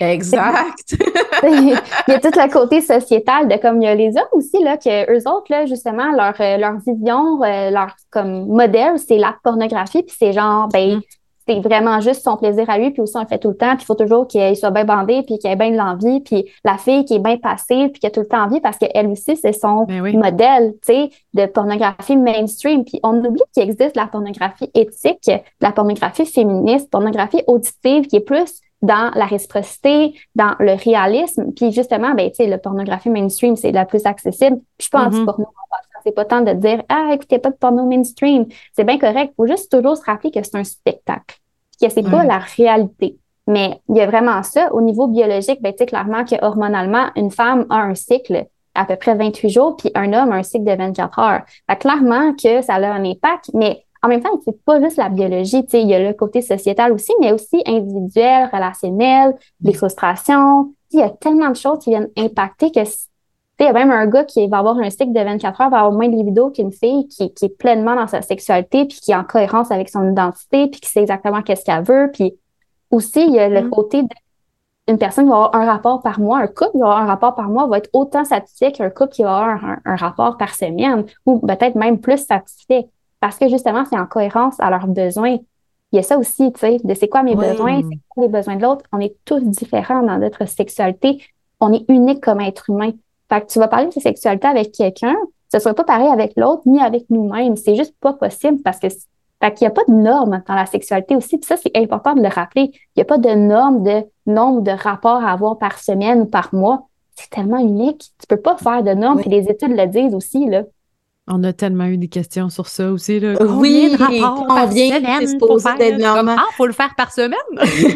Exact.
Il y a tout le côté sociétal de comme il y a les hommes aussi, là, que eux autres, là, justement, leur vision, leur comme modèle, c'est la pornographie, puis c'est genre, ben, c'est vraiment juste son plaisir à lui, puis aussi on le fait tout le temps, puis il faut toujours qu'il soit bien bandé, puis qu'il ait bien de l'envie, puis la fille qui est bien passive, puis qui a tout le temps envie, parce qu'elle aussi, c'est son modèle, tu sais, de pornographie mainstream. Puis on oublie qu'il existe la pornographie éthique, la pornographie féministe, pornographie auditive, qui est plus dans la réciprocité, dans le réalisme, puis justement, ben, tu sais, la pornographie mainstream, c'est la plus accessible. Puis je suis pas anti-porno en passant. C'est pas tant de dire « Ah, écoutez pas de porno mainstream ». C'est bien correct. Il faut juste toujours se rappeler que c'est un spectacle, que c'est pas la réalité. Mais il y a vraiment ça. Au niveau biologique, ben, tu sais, clairement que hormonalement, une femme a un cycle à peu près 28 jours, puis un homme a un cycle de 24 heures. Fait clairement que ça a un impact, mais en même temps, c'est pas juste la biologie, tu sais, il y a le côté sociétal aussi, mais aussi individuel, relationnel, les frustrations. Il y a tellement de choses qui viennent impacter que, tu sais, il y a même un gars qui va avoir un cycle de 24 heures, va avoir moins de libido qu'une fille qui est pleinement dans sa sexualité, puis qui est en cohérence avec son identité, puis qui sait exactement qu'est-ce qu'elle veut. Puis aussi, il y a le côté d'une personne qui va avoir un rapport par mois, un couple qui va avoir un rapport par mois va être autant satisfait qu'un couple qui va avoir un rapport par semaine, ou peut-être même plus satisfait. Parce que justement, c'est en cohérence à leurs besoins. Il y a ça aussi, tu sais, de c'est quoi mes besoins, c'est quoi les besoins de l'autre. On est tous différents dans notre sexualité. On est unique comme être humain. Fait que tu vas parler de ta sexualité avec quelqu'un, ce ne sera pas pareil avec l'autre, ni avec nous-mêmes. C'est juste pas possible parce que fait qu'il n'y a pas de normes dans la sexualité aussi. Puis ça, c'est important de le rappeler. Il n'y a pas de normes de nombre de rapports à avoir par semaine ou par mois. C'est tellement unique. Tu peux pas faire de normes, puis les études le disent aussi, là.
On a tellement eu des questions sur ça aussi. Là.
Combien de rapports par semaine pour faire?
Faut le faire par semaine?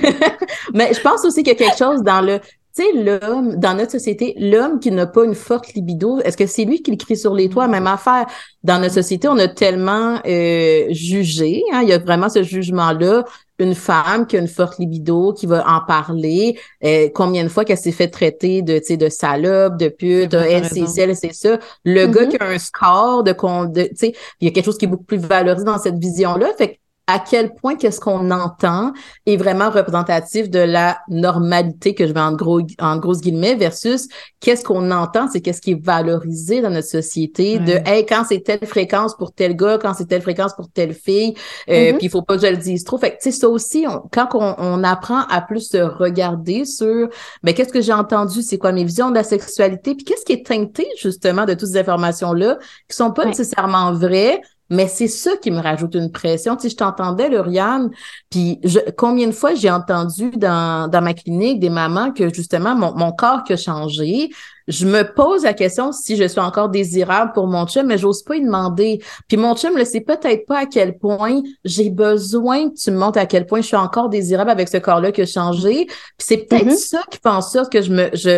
Mais je pense aussi qu'il y a quelque chose dans tu sais, l'homme, dans notre société, l'homme qui n'a pas une forte libido, est-ce que c'est lui qui le crie sur les toits? Même affaire. Dans notre société, on a tellement jugé, hein, il y a vraiment ce jugement-là. Une femme qui a une forte libido, qui va en parler, combien de fois qu'elle s'est fait traiter de salope, de pute, elle, c'est celle, c'est ça. Le gars qui a un score tu sais, il y a quelque chose qui est beaucoup plus valorisé dans cette vision-là. Fait que à quel point qu'est-ce qu'on entend est vraiment représentatif de la normalité que je mets en grosses guillemets versus qu'est-ce qu'on entend, c'est qu'est-ce qui est valorisé dans notre société de hey, quand c'est telle fréquence pour tel gars, quand c'est telle fréquence pour telle fille, puis il faut pas que je le dise trop. Fait que tu sais, ça aussi, quand on apprend à plus se regarder sur qu'est-ce que j'ai entendu, c'est quoi mes visions de la sexualité, puis qu'est-ce qui est teinté justement de toutes ces informations-là qui sont pas nécessairement vraies. Mais c'est ça qui me rajoute une pression. Tu sais, je t'entendais, Lauriane, puis combien de fois j'ai entendu dans ma clinique des mamans que justement mon corps qui a changé. Je me pose la question si je suis encore désirable pour mon chum, mais j'ose pas y demander. Puis mon chum le sait peut-être pas à quel point j'ai besoin que tu me montres à quel point je suis encore désirable avec ce corps-là qui a changé. Puis c'est peut-être ça qui fait en sorte que je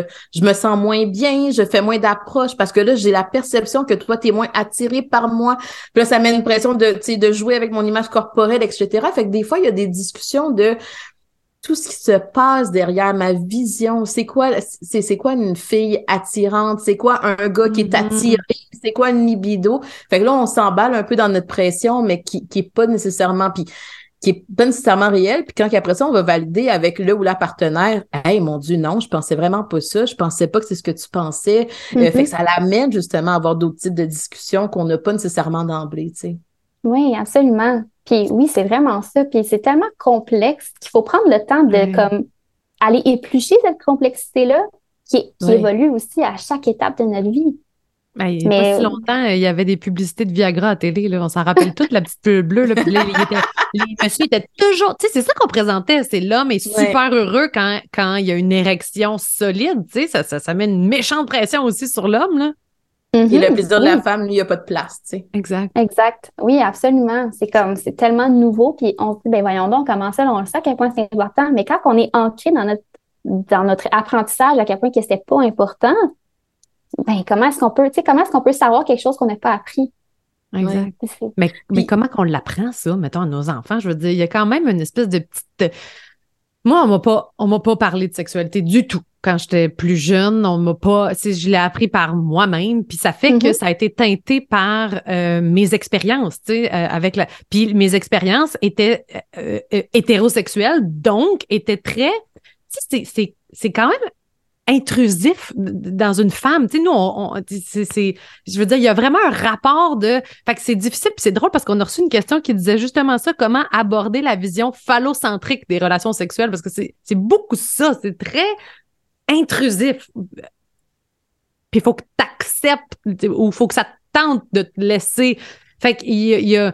me sens moins bien, je fais moins d'approches parce que là, j'ai la perception que toi, t'es moins attiré par moi. Puis là, ça met une pression de jouer avec mon image corporelle, etc. Fait que des fois, il y a des discussions de tout ce qui se passe derrière ma vision, c'est quoi une fille attirante, c'est quoi un gars qui est attiré, c'est quoi une libido. Fait que là, on s'emballe un peu dans notre pression, mais qui est pas nécessairement, puis qui est pas nécessairement réel. Puis quand après ça, on va valider avec le ou la partenaire, hey, mon Dieu, non, je pensais vraiment pas ça, je pensais pas que c'est ce que tu pensais. Fait que ça l'amène justement à avoir d'autres types de discussions qu'on n'a pas nécessairement d'emblée, tu sais.
Oui, absolument. Puis oui, c'est vraiment ça. Puis c'est tellement complexe qu'il faut prendre le temps de comme aller éplucher cette complexité-là qui évolue aussi à chaque étape de notre vie.
Il n'y a pas si longtemps, il y avait des publicités de Viagra à télé, là. On s'en rappelle toute, la petite pub bleue, là. Puis là, les messieurs étaient toujours... Tu sais, c'est ça qu'on présentait. C'est l'homme est super heureux quand il y a une érection solide, tu sais. Ça met une méchante pression aussi sur l'homme, là.
Et le plaisir de la femme, lui, il n'y a pas de place, tu sais.
Exact.
Exact. Oui, absolument. C'est tellement nouveau, puis on se dit, voyons donc, comment ça, on le sait à quel point c'est important, mais quand on est ancré dans notre apprentissage, à quel point que c'était pas important, comment est-ce qu'on peut savoir quelque chose qu'on n'a pas appris?
Exact. Mais comment qu'on l'apprend, ça, mettons, à nos enfants? Je veux dire, il y a quand même une espèce de petite... Moi, on m'a pas parlé de sexualité du tout. Quand j'étais plus jeune, on m'a pas, je l'ai appris par moi-même, puis ça fait que ça a été teinté par mes expériences, tu sais, puis mes expériences étaient hétérosexuelles, donc étaient très, tu sais, c'est quand même intrusif dans une femme. Tu sais, nous, je veux dire, il y a vraiment un rapport de... Fait que c'est difficile, puis c'est drôle parce qu'on a reçu une question qui disait justement ça, comment aborder la vision phallocentrique des relations sexuelles, parce que c'est beaucoup ça, c'est très intrusif. Puis il faut que tu acceptes, ou il faut que ça te tente de te laisser. Fait qu'il y a...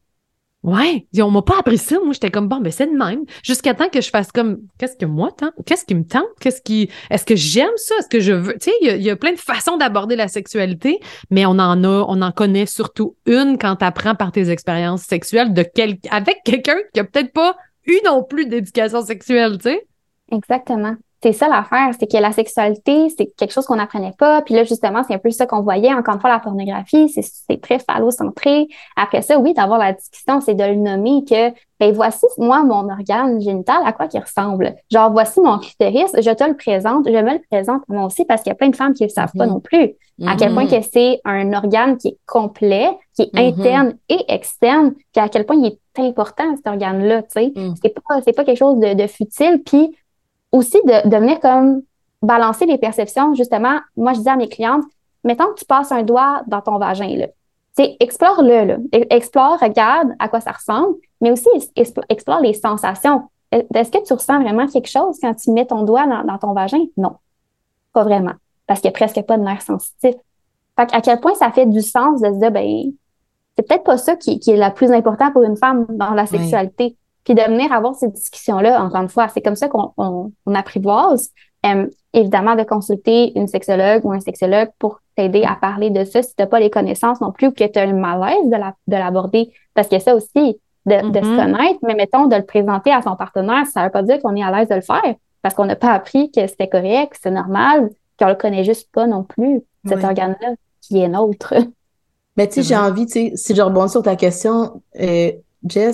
Ouais, on m'a pas appris ça. Moi, j'étais comme, bon, c'est de même. Jusqu'à temps que je fasse comme, qu'est-ce que moi tente? Qu'est-ce qui me tente? Est-ce que j'aime ça? Est-ce que je veux? Tu sais, il y a plein de façons d'aborder la sexualité, mais on en connaît surtout une quand tu apprends par tes expériences sexuelles avec quelqu'un qui a peut-être pas eu non plus d'éducation sexuelle, tu sais?
Exactement. C'est ça l'affaire, c'est que la sexualité, c'est quelque chose qu'on n'apprenait pas. Puis là, justement, c'est un peu ça qu'on voyait. Encore une fois, la pornographie, c'est très phallocentré. Après ça, oui, d'avoir la discussion, c'est de le nommer que, voici, moi, mon organe génital, à quoi qu'il ressemble. Genre, voici mon clitoris, je te le présente, je me le présente moi aussi parce qu'il y a plein de femmes qui ne le savent pas non plus. À quel point que c'est un organe qui est complet, qui est interne et externe, puis à quel point il est important, cet organe-là, tu sais. C'est pas quelque chose de futile, puis aussi de venir comme balancer les perceptions. Justement, moi, je dis à mes clientes, mettons que tu passes un doigt dans ton vagin, là. Tu sais, explore-le, là. Explore, regarde à quoi ça ressemble, mais aussi explore les sensations. Est-ce que tu ressens vraiment quelque chose quand tu mets ton doigt dans ton vagin? Non, pas vraiment, parce qu'il n'y a presque pas de nerfs sensitifs. Fait à quel point ça fait du sens de se dire, c'est peut-être pas ça qui est le plus important pour une femme dans la sexualité. Puis de venir avoir ces discussions-là, encore une fois, c'est comme ça qu'on apprivoise. Évidemment, de consulter une sexologue ou un sexologue pour t'aider à parler de ça si tu n'as pas les connaissances non plus ou que tu as le malaise de l'aborder. Parce que ça aussi, de se connaître, mais mettons, de le présenter à son partenaire, ça ne veut pas dire qu'on est à l'aise de le faire parce qu'on n'a pas appris que c'était correct, que c'est normal, qu'on le connaît juste pas non plus, cet organe-là qui est nôtre.
Mais tu sais, j'ai envie, tu sais, si je rebondis sur ta question, Jess,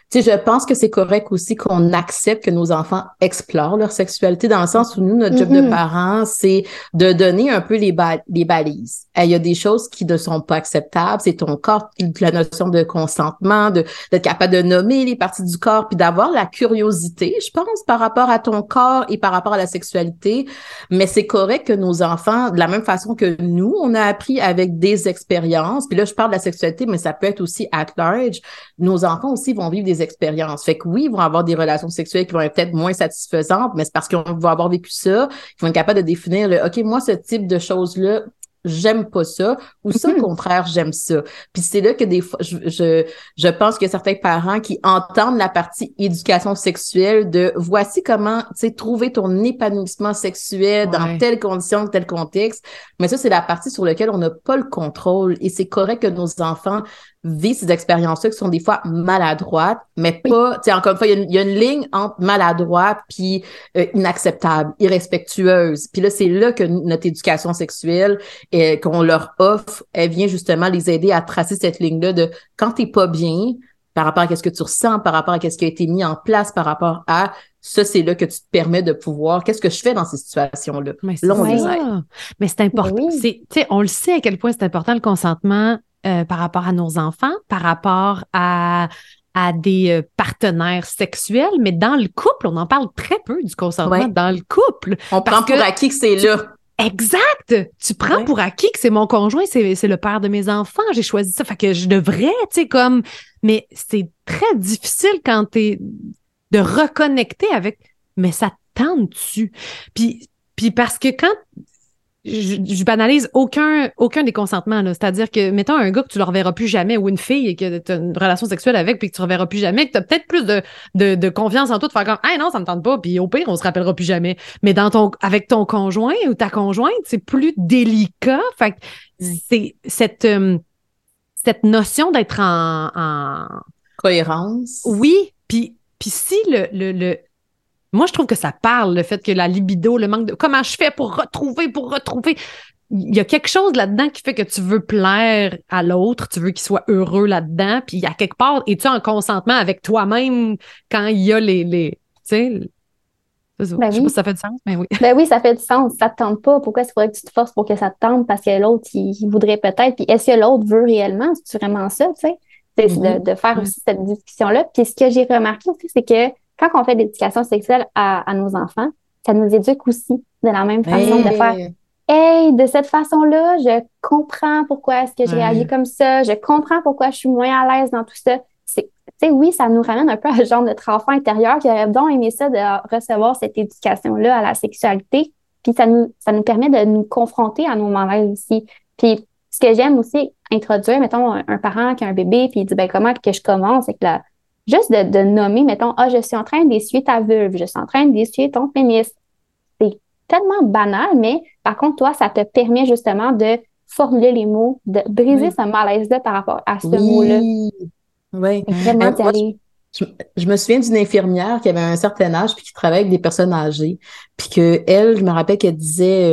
Tu sais, je pense que c'est correct aussi qu'on accepte que nos enfants explorent leur sexualité dans le sens où nous, notre job de parents, c'est de donner un peu les balises. Il y a des choses qui ne sont pas acceptables, c'est ton corps, la notion de consentement, d'être capable de nommer les parties du corps, puis d'avoir la curiosité, je pense, par rapport à ton corps et par rapport à la sexualité. Mais c'est correct que nos enfants, de la même façon que nous, on a appris avec des expériences, puis là, je parle de la sexualité, mais ça peut être aussi at large, nos enfants aussi vont vivre des expériences. Fait que oui, ils vont avoir des relations sexuelles qui vont être peut-être moins satisfaisantes, mais c'est parce qu'on va avoir vécu ça, ils vont être capables de définir OK, moi, ce type de choses-là, j'aime pas ça, ou ça, au contraire, j'aime ça. Puis c'est là que des fois, je pense que certains parents qui entendent la partie éducation sexuelle de voici comment, tu sais, trouver ton épanouissement sexuel dans telle condition, tel contexte. Mais ça, c'est la partie sur laquelle on n'a pas le contrôle. Et c'est correct que nos enfants vivent ces expériences-là qui sont des fois maladroites, mais pas, tu sais, encore une fois, il y a une ligne entre maladroite puis inacceptable, irrespectueuse. Puis là, c'est là que notre éducation sexuelle qu'on leur offre, elle vient justement les aider à tracer cette ligne-là de quand t'es pas bien, par rapport à ce que tu ressens, par rapport à ce qui a été mis en place, par rapport à ça, c'est là que tu te permets de pouvoir, qu'est-ce que je fais dans ces situations-là?
Mais là, on les aide. Mais c'est important. Tu sais, on le sait à quel point c'est important le consentement par rapport à nos enfants, par rapport à des partenaires sexuels, mais dans le couple, on en parle très peu du consentement dans le couple.
On prend pour acquis que c'est là.
Exact! Tu prends pour acquis que c'est mon conjoint, c'est le père de mes enfants, j'ai choisi ça, fait que je devrais, tu sais, comme... Mais c'est très difficile quand t'es de reconnecter avec... Mais ça te tente-tu? Puis parce que quand... Je banalise aucun des consentements, là. C'est-à-dire que, mettons, un gars que tu ne le reverras plus jamais ou une fille et que tu as une relation sexuelle avec puis que tu ne reverras plus jamais, que tu as peut-être plus de confiance en toi de faire comme « Hey, non, ça me tente pas », puis au pire, on se rappellera plus jamais. Mais avec ton conjoint ou ta conjointe, c'est plus délicat. Fait que c'est cette notion d'être en...
cohérence.
Oui, puis si moi, je trouve que ça parle, le fait que la libido, le manque de... Comment je fais pour retrouver? Il y a quelque chose là-dedans qui fait que tu veux plaire à l'autre, tu veux qu'il soit heureux là-dedans, puis il y a quelque part, es-tu en consentement avec toi-même quand il y a les tu sais... Je sais pas si ça fait du sens, mais oui.
Ben oui, ça fait du sens. Ça te tente pas. Pourquoi il faudrait que tu te forces pour que ça te tente? Parce que l'autre, il voudrait peut-être. Puis est-ce que l'autre veut réellement? C'est vraiment ça, tu sais? C'est de faire aussi cette discussion-là. Puis ce que j'ai remarqué aussi, c'est que quand on fait de l'éducation sexuelle à nos enfants, ça nous éduque aussi de la même façon de faire « Hey, de cette façon-là, je comprends pourquoi est-ce que je réagis comme ça. Je comprends pourquoi je suis moins à l'aise dans tout ça. » Tu sais, oui, ça nous ramène un peu à ce genre de notre enfant intérieur qui aurait donc aimé ça de recevoir cette éducation-là à la sexualité. Puis ça nous permet de nous confronter à nos malaises aussi. Puis ce que j'aime aussi introduire, mettons, un parent qui a un bébé, puis il dit, ben comment que je commence? C'est que là, juste de nommer, mettons, je suis en train d'essuyer ta vulve, je suis en train d'essuyer ton pénis. C'est tellement banal, mais par contre, toi, ça te permet justement de formuler les mots, de briser ce malaise-là par rapport à ce mot-là.
Oui.
Vraiment
Moi, je me souviens d'une infirmière qui avait un certain âge puis qui travaillait avec des personnes âgées. Puis que elle, je me rappelle qu'elle disait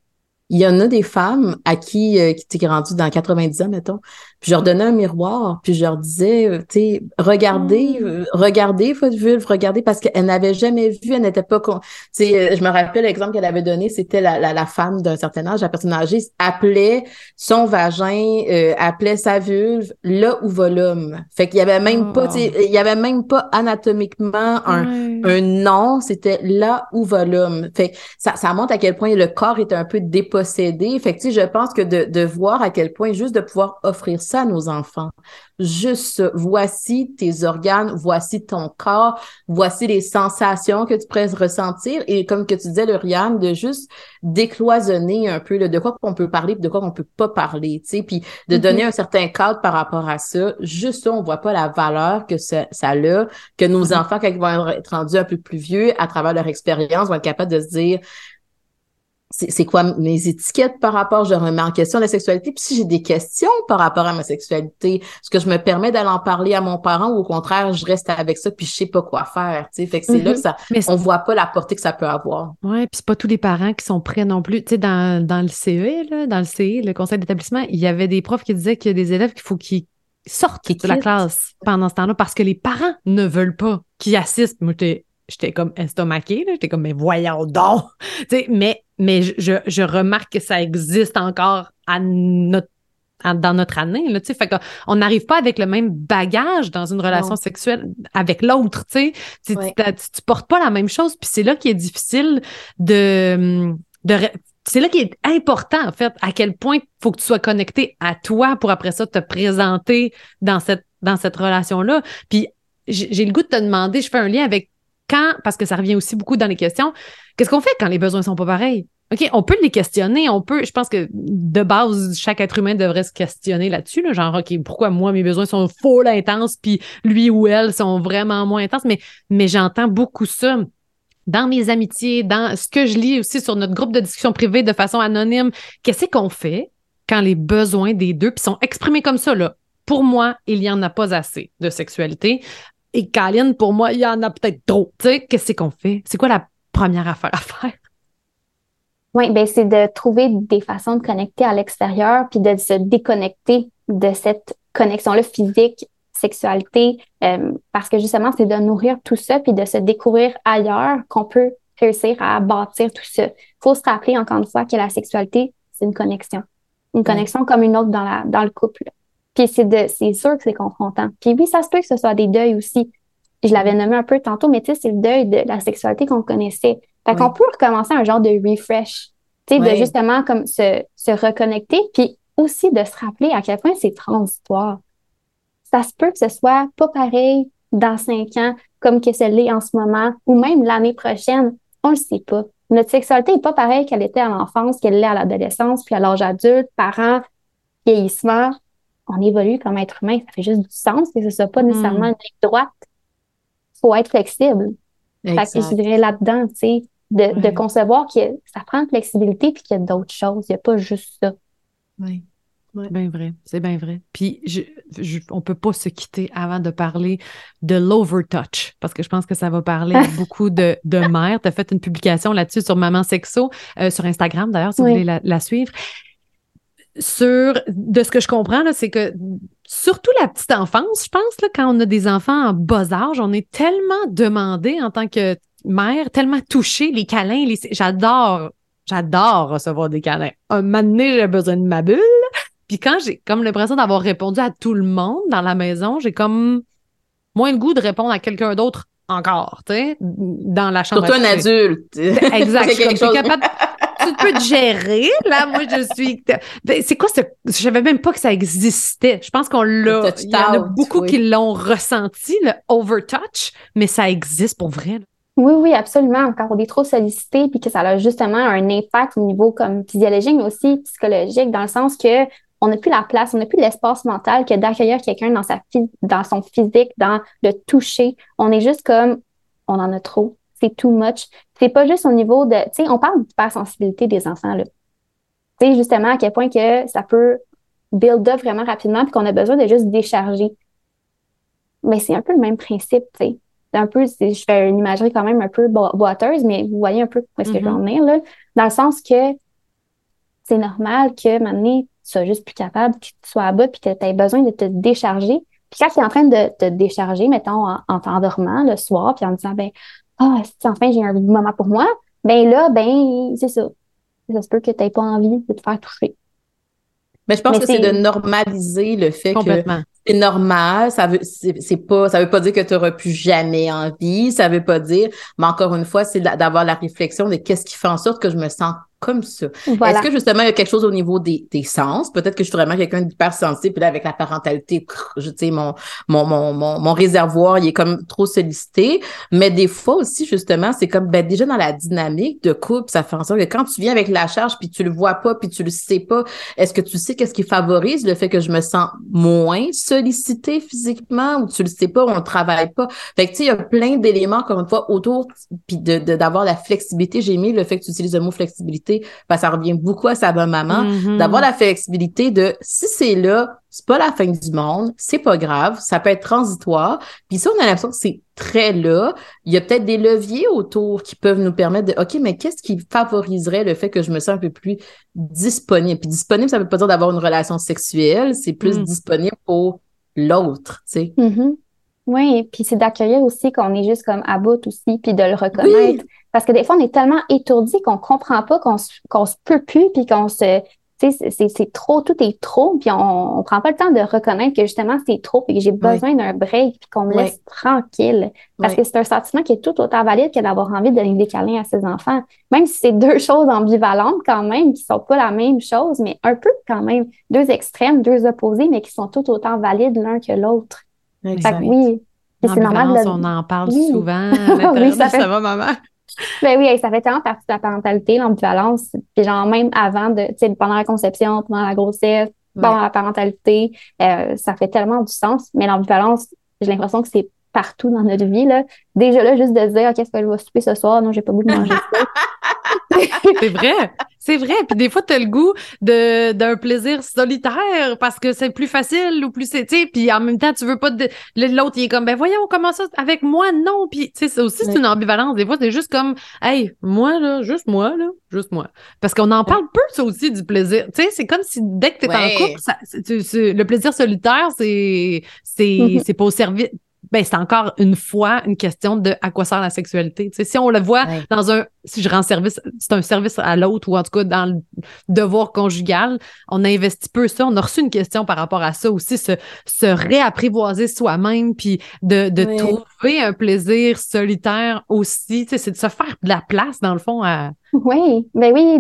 il y en a des femmes à qui étaient rendues dans 90 ans, mettons, puis je leur donnais un miroir, puis je leur disais, tu sais, regardez votre vulve, regardez, parce qu'elle n'avait jamais vu, elle n'était pas... Tu sais, je me rappelle l'exemple qu'elle avait donné, c'était la femme d'un certain âge, la personne âgée, appelait son vagin, appelait sa vulve là où va l'homme. Fait qu'il y avait même pas, tu sais, il y avait même pas anatomiquement un nom, c'était là où va l'homme. Fait que ça montre à quel point le corps est un peu dépossédé. Fait que, tu sais, je pense que de voir à quel point juste de pouvoir offrir ça à nos enfants. Juste, voici tes organes, voici ton corps, voici les sensations que tu pourrais ressentir. Et comme que tu disais, Lauriane, de juste décloisonner un peu de quoi qu'on peut parler et de quoi qu'on peut pas parler, tu sais, puis de donner un certain cadre par rapport à ça. Juste ça, on voit pas la valeur que ça a, que nos enfants, quand ils vont être rendus un peu plus vieux, à travers leur expérience, vont être capables de se dire c'est quoi mes étiquettes par rapport, je remets en question la sexualité, puis si j'ai des questions par rapport à ma sexualité, est-ce que je me permets d'aller en parler à mon parent ou au contraire, je reste avec ça puis je sais pas quoi faire, tu sais, fait que c'est là que on voit pas la portée que ça peut avoir.
Ouais, puis c'est pas tous les parents qui sont prêts non plus, tu sais, dans le CE, là, dans le CE, le conseil d'établissement, il y avait des profs qui disaient qu'il y a des élèves qu'il faut qu'ils sortent de la classe pendant ce temps-là parce que les parents ne veulent pas qu'ils assistent. Moi, j'étais comme estomaquée, là. J'étais comme, mais voyons donc! Mais je remarque que ça existe encore dans notre année, là, fait qu'on n'arrive pas avec le même bagage dans une relation sexuelle avec l'autre, tu portes pas la même chose, puis c'est là qui est difficile c'est là qui est important, en fait, à quel point il faut que tu sois connecté à toi pour après ça te présenter dans cette relation-là. Puis j'ai le goût de te demander, je fais un lien avec parce que ça revient aussi beaucoup dans les questions, qu'est-ce qu'on fait quand les besoins sont pas pareils? OK, on peut les questionner, je pense que de base, chaque être humain devrait se questionner là-dessus, là, genre, OK, pourquoi moi, mes besoins sont full intenses, puis lui ou elle sont vraiment moins intenses, mais j'entends beaucoup ça dans mes amitiés, dans ce que je lis aussi sur notre groupe de discussion privée de façon anonyme. Qu'est-ce qu'on fait quand les besoins des deux, puis sont exprimés comme ça, là? Pour moi, il y en a pas assez de sexualité. Et Caroline, pour moi, il y en a peut-être trop. Tu sais, qu'est-ce qu'on fait? C'est quoi la première affaire à faire?
Oui, ben c'est de trouver des façons de connecter à l'extérieur puis de se déconnecter de cette connexion-là physique, sexualité, parce que justement, c'est de nourrir tout ça puis de se découvrir ailleurs qu'on peut réussir à bâtir tout ça. Il faut se rappeler encore une fois que la sexualité, c'est une connexion. Une connexion comme une autre dans le couple. Puis c'est sûr que c'est confrontant. Puis oui, ça se peut que ce soit des deuils aussi. Je l'avais nommé un peu tantôt, mais tu sais, c'est le deuil de la sexualité qu'on connaissait. Fait qu'on peut recommencer un genre de refresh, tu sais, de justement comme se reconnecter, puis aussi de se rappeler à quel point c'est transitoire. Ça se peut que ce soit pas pareil dans 5 ans comme que ce l'est en ce moment, ou même l'année prochaine. On le sait pas. Notre sexualité est pas pareille qu'elle était à l'enfance, qu'elle l'est à l'adolescence, puis à l'âge adulte, parents, vieillissement. On évolue comme être humain. Ça fait juste du sens que ce soit pas nécessairement une ligne droite. Faut être flexible. Fait que je dirais là-dedans, tu sais, de concevoir que ça prend de flexibilité puis qu'il y a d'autres choses. Il n'y a pas juste ça.
Oui.
C'est bien vrai. C'est bien vrai. Puis, on peut pas se quitter avant de parler de l'overtouch, parce que je pense que ça va parler à beaucoup de mères. Tu as fait une publication là-dessus sur Maman Sexo, sur Instagram d'ailleurs, si vous voulez la suivre. De ce que je comprends, là, c'est que surtout la petite enfance, je pense, là, quand on a des enfants en bas âge, on est tellement demandé en tant que mère, tellement touché, les câlins, j'adore recevoir des câlins. Un moment donné, j'ai besoin de ma bulle. Puis quand j'ai comme l'impression d'avoir répondu à tout le monde dans la maison, j'ai comme moins le goût de répondre à quelqu'un d'autre encore, tu sais, dans la chambre.
Surtout un adulte.
Exact. Je suis capable. Tu peux te gérer, là. Moi, je suis. C'est quoi ce. Je savais même pas que ça existait. Je pense qu'on l'a. Il y en a beaucoup qui l'ont ressenti, le overtouch, mais ça existe pour vrai, là.
Oui, absolument. Quand on est trop sollicité, puis que ça a justement un impact au niveau comme physiologique, mais aussi psychologique, dans le sens que on n'a plus la place, on n'a plus l'espace mental que d'accueillir quelqu'un dans son physique, dans le toucher. On est juste comme, on en a trop. C'est too much. C'est pas juste au niveau de, tu sais, on parle d'hypersensibilité des enfants, là. Tu sais, justement, à quel point que ça peut build up vraiment rapidement puis qu'on a besoin de juste décharger. Mais c'est un peu le même principe, tu sais. Un peu, je fais une imagerie quand même un peu boiteuse, mais vous voyez un peu où est-ce que je veux en venir, là. Dans le sens que c'est normal que, maintenant, tu sois juste plus capable, que tu sois à bas puis que tu aies besoin de te décharger. Puis quand tu es en train de te décharger, mettons, en t'endormant le soir, puis en disant, enfin, j'ai un moment pour moi, c'est ça. Ça se peut que tu n'aies pas envie de te faire toucher.
Mais je pense que c'est de normaliser le fait que c'est normal, ça veut pas dire que tu n'auras plus jamais envie, ça veut pas dire, mais encore une fois, c'est d'avoir la réflexion de qu'est-ce qui fait en sorte que je me sens comme ça. Voilà. Est-ce que justement, il y a quelque chose au niveau des sens? Peut-être que je suis vraiment quelqu'un d'hypersensible, puis là, avec la parentalité, tu sais, mon réservoir, il est comme trop sollicité. Mais des fois aussi, justement, c'est comme, déjà dans la dynamique de couple, ça fait en sorte que quand tu viens avec la charge, puis tu le vois pas, puis tu le sais pas, est-ce que tu sais qu'est-ce qui favorise le fait que je me sens moins sollicité physiquement, ou tu le sais pas, ou on ne travaille pas? Fait que, tu sais, il y a plein d'éléments, encore une fois, autour, puis d'avoir la flexibilité. J'ai aimé le fait que tu utilises le mot flexibilité, parce que ça revient beaucoup à sa bonne maman, d'avoir la flexibilité de, si c'est là, c'est pas la fin du monde, c'est pas grave, ça peut être transitoire. Puis ça, on a l'impression que c'est très là. Il y a peut-être des leviers autour qui peuvent nous permettre de, OK, mais qu'est-ce qui favoriserait le fait que je me sens un peu plus disponible? Puis disponible, ça veut pas dire d'avoir une relation sexuelle, c'est plus disponible pour l'autre, tu sais.
Mm-hmm. Oui, puis c'est d'accueillir aussi qu'on est juste comme à bout aussi, puis de le reconnaître. Oui. Parce que des fois, on est tellement étourdi qu'on comprend pas, qu'on se peut plus, puis qu'on se... Tu sais, c'est trop, tout est trop, puis on prend pas le temps de reconnaître que justement, c'est trop, puis que j'ai besoin d'un break, puis qu'on me laisse tranquille. Parce que c'est un sentiment qui est tout autant valide que d'avoir envie de donner des câlins à ses enfants. Même si c'est deux choses ambivalentes quand même, qui sont pas la même chose, mais un peu quand même. Deux extrêmes, deux opposés, mais qui sont tout autant valides l'un que l'autre.
Exact.
Fait que oui. Puis c'est normal
on en parle souvent à
oui, ça
va, maman?
Ben oui, ça fait tellement partie de la parentalité, l'ambivalence. Puis genre, même avant tu sais, pendant la conception, pendant la grossesse, pendant la parentalité, ça fait tellement du sens. Mais l'ambivalence, j'ai l'impression que c'est partout dans notre vie, là. Déjà là, juste de se dire, qu'est-ce que je vais souper ce soir? Non, j'ai pas le goût de manger ça.
C'est vrai. C'est vrai. Puis des fois, tu as le goût d'un plaisir solitaire parce que c'est plus facile ou plus, tu sais, puis en même temps, tu veux pas l'autre, il est comme, ben voyons, comment ça, avec moi, non. Puis, tu sais, c'est aussi, c'est une ambivalence. Des fois, c'est juste comme, hey, moi, là, juste moi. Parce qu'on en parle peu, ça aussi, du plaisir. Tu sais, c'est comme si dès que t'es en couple, le plaisir solitaire, c'est pas au service. Ben, c'est encore une fois une question de à quoi sert la sexualité. Tu sais, si on le voit si je rends service, c'est un service à l'autre ou en tout cas dans le devoir conjugal, on a investi peu ça. On a reçu une question par rapport à ça aussi, se réapprivoiser soi-même puis de trouver un plaisir solitaire aussi. Tu sais, c'est de se faire de la place dans le fond à...
Oui, ben oui,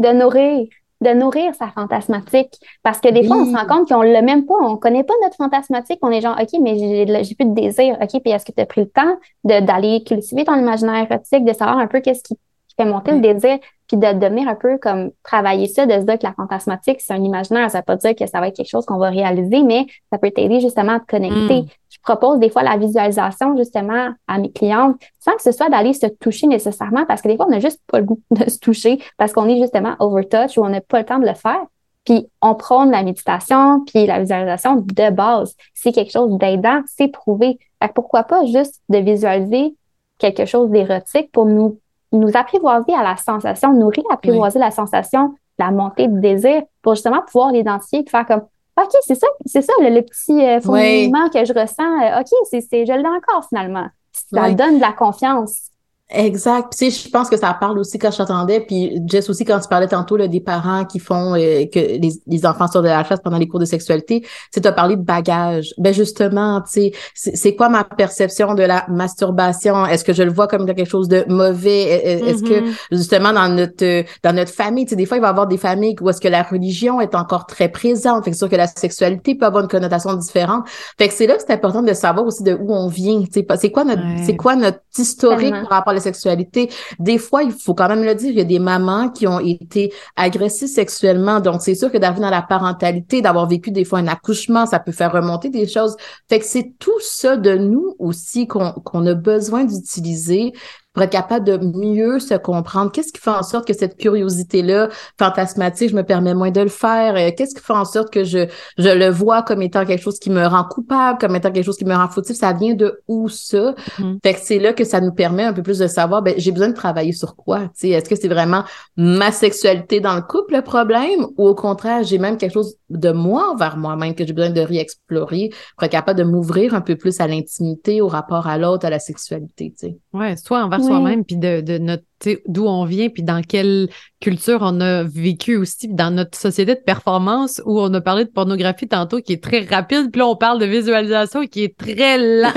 de nourrir sa fantasmatique. Parce que des fois, on se rend compte qu'on l'a même pas, on connaît pas notre fantasmatique, on est genre, OK, mais j'ai plus de désir. OK, puis est-ce que tu as pris le temps d'aller cultiver ton imaginaire érotique, de savoir un peu qu'est-ce qui fait monter le désir, puis de devenir un peu comme travailler ça, de se dire que la fantasmatique, c'est un imaginaire. Ça veut pas dire que ça va être quelque chose qu'on va réaliser, mais ça peut t'aider justement à te connecter. Je propose des fois la visualisation justement à mes clientes, sans que ce soit d'aller se toucher nécessairement, parce que des fois, on n'a juste pas le goût de se toucher, parce qu'on est justement overtouch ou on n'a pas le temps de le faire. Puis on prône la méditation, puis la visualisation de base. C'est quelque chose d'aidant, c'est prouvé. Fait que pourquoi pas juste de visualiser quelque chose d'érotique pour nous apprivoiser à la sensation, nous réapprivoiser la sensation de la montée de désir pour justement pouvoir l'identifier et faire comme OK, c'est ça le petit fourmillement que je ressens. OK, je l'ai encore finalement. Ça donne de la confiance.
Exact. Puis, tu sais, je pense que ça parle aussi quand je t'entendais, puis Jess aussi quand tu parlais tantôt là, des parents qui font que les enfants sortent de la classe pendant les cours de sexualité, tu as parlé de bagage. Ben justement, tu sais, c'est quoi ma perception de la masturbation? Est-ce que je le vois comme quelque chose de mauvais? Est-ce que justement dans notre famille, tu sais, des fois il va y avoir des familles où est-ce que la religion est encore très présente, fait que c'est sûr que la sexualité peut avoir une connotation différente. Fait que c'est là que c'est important de savoir aussi de où on vient. Tu sais, c'est quoi notre historique par rapport à la sexualité. Des fois, il faut quand même le dire, il y a des mamans qui ont été agressées sexuellement. Donc, c'est sûr que d'arriver dans la parentalité, d'avoir vécu des fois un accouchement, ça peut faire remonter des choses. Fait que c'est tout ça de nous aussi qu'on a besoin d'utiliser pour être capable de mieux se comprendre. Qu'est-ce qui fait en sorte que cette curiosité-là, fantasmatique, je me permets moins de le faire? Qu'est-ce qui fait en sorte que je le vois comme étant quelque chose qui me rend coupable, comme étant quelque chose qui me rend fautif? Ça vient de où, ça? Fait que c'est là que ça nous permet un peu plus de savoir, ben, j'ai besoin de travailler sur quoi? Tu sais, est-ce que c'est vraiment ma sexualité dans le couple, le problème? Ou au contraire, j'ai même quelque chose de moi envers moi-même que j'ai besoin de réexplorer pour être capable de m'ouvrir un peu plus à l'intimité, au rapport à l'autre, à la sexualité, tu sais.
Ouais, soit envers soi-même, puis de notre, d'où on vient, puis dans quelle culture on a vécu aussi, dans notre société de performance où on a parlé de pornographie tantôt qui est très rapide, puis là on parle de visualisation qui est très lent.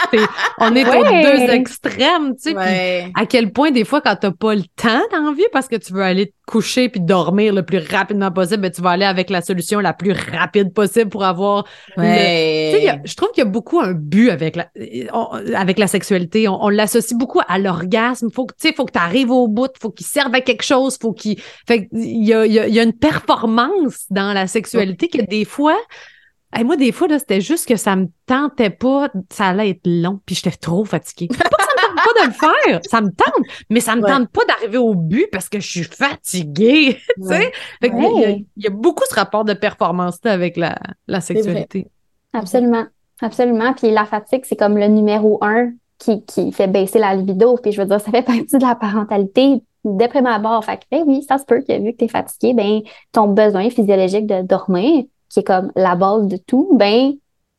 On est aux deux extrêmes, tu sais, puis à quel point des fois quand t'as pas le temps d'envie parce que tu veux aller te coucher puis dormir le plus rapidement possible, ben tu vas aller avec la solution la plus rapide possible pour avoir je trouve qu'il y a beaucoup un but avec la sexualité. On l'associe beaucoup à l'orgasme. Faut que tu arrives au bout, faut qu'il serve à quelque chose, fait il y a une performance dans la sexualité que des fois, moi des fois là, c'était juste que ça me tentait pas, ça allait être long puis j'étais trop fatiguée. Pas que ça me tente pas de le faire, ça me tente, mais ça me tente pas d'arriver au but parce que je suis fatiguée, tu sais. Il y a beaucoup ce rapport de performance là avec la sexualité.
Absolument. Absolument. Puis la fatigue, c'est comme le numéro 1 qui fait baisser la libido. Puis je veux dire, ça fait partie de la parentalité de prime abord. Fait que, oui, ça se peut que vu que tu es fatigué, ben, ton besoin physiologique de dormir, qui est comme la base de tout, ben,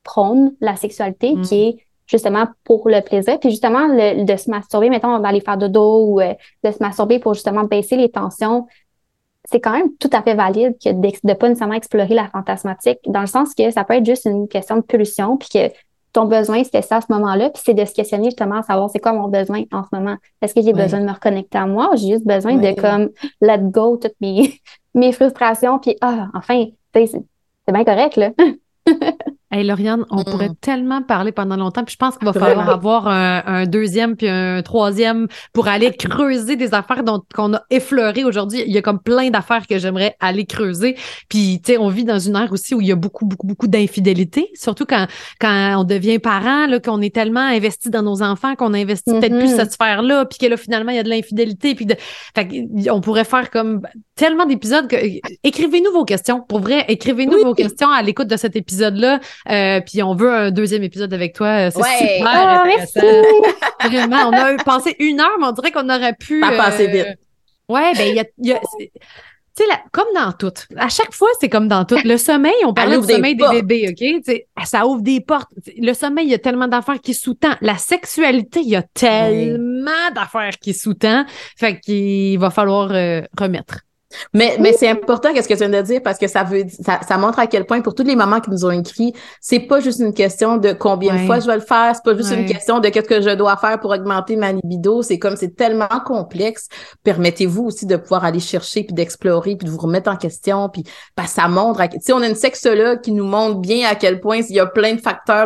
prônent la sexualité, qui est justement pour le plaisir. Puis justement, de se masturber, mettons, d'aller faire dodo ou de se masturber pour justement baisser les tensions, c'est quand même tout à fait valide que de pas nécessairement explorer la fantasmatique, dans le sens que ça peut être juste une question de pulsion, puis que ton besoin, c'était ça à ce moment-là, puis c'est de se questionner justement à savoir c'est quoi mon besoin en ce moment. Est-ce que j'ai besoin de me reconnecter à moi ou j'ai juste besoin de comme let go toutes mes frustrations, puis enfin, c'est bien correct, là.
Hey, Lauriane, on pourrait tellement parler pendant longtemps, puis je pense qu'il va falloir avoir un deuxième puis un troisième pour aller creuser des affaires qu'on a effleurées aujourd'hui. Il y a comme plein d'affaires que j'aimerais aller creuser. Puis, tu sais, on vit dans une ère aussi où il y a beaucoup, beaucoup, beaucoup d'infidélité, surtout quand on devient parent, là, qu'on est tellement investi dans nos enfants, qu'on investit peut-être plus cette sphère-là, puis que là, finalement, il y a de l'infidélité. Puis fait on pourrait faire comme tellement d'épisodes que... Écrivez-nous vos questions. Pour vrai, écrivez-nous vos questions à l'écoute de cet épisode-là. Puis on veut un deuxième épisode avec toi. C'est super intéressant. Merci. Vraiment, on a passé 1 heure, mais on dirait qu'on aurait pu...
Ça passé vite.
Ouais, ben il y a tu sais, comme dans tout. À chaque fois, c'est comme dans tout. Le sommeil, on parlait du sommeil des bébés, OK? T'sais, ça ouvre des portes. Le sommeil, il y a tellement d'affaires qui sous-tend. La sexualité, il y a tellement d'affaires qui sous-tend. Fait qu'il va falloir remettre.
Mais c'est important qu'est-ce que tu viens de dire parce que ça montre à quel point pour toutes les mamans qui nous ont écrit, c'est pas juste une question de combien de fois je vais le faire, c'est pas juste une question de qu'est-ce que je dois faire pour augmenter ma libido, c'est tellement complexe. Permettez-vous aussi de pouvoir aller chercher puis d'explorer puis de vous remettre en question puis ça montre tu sais on a une sexologue qui nous montre bien à quel point il y a plein de facteurs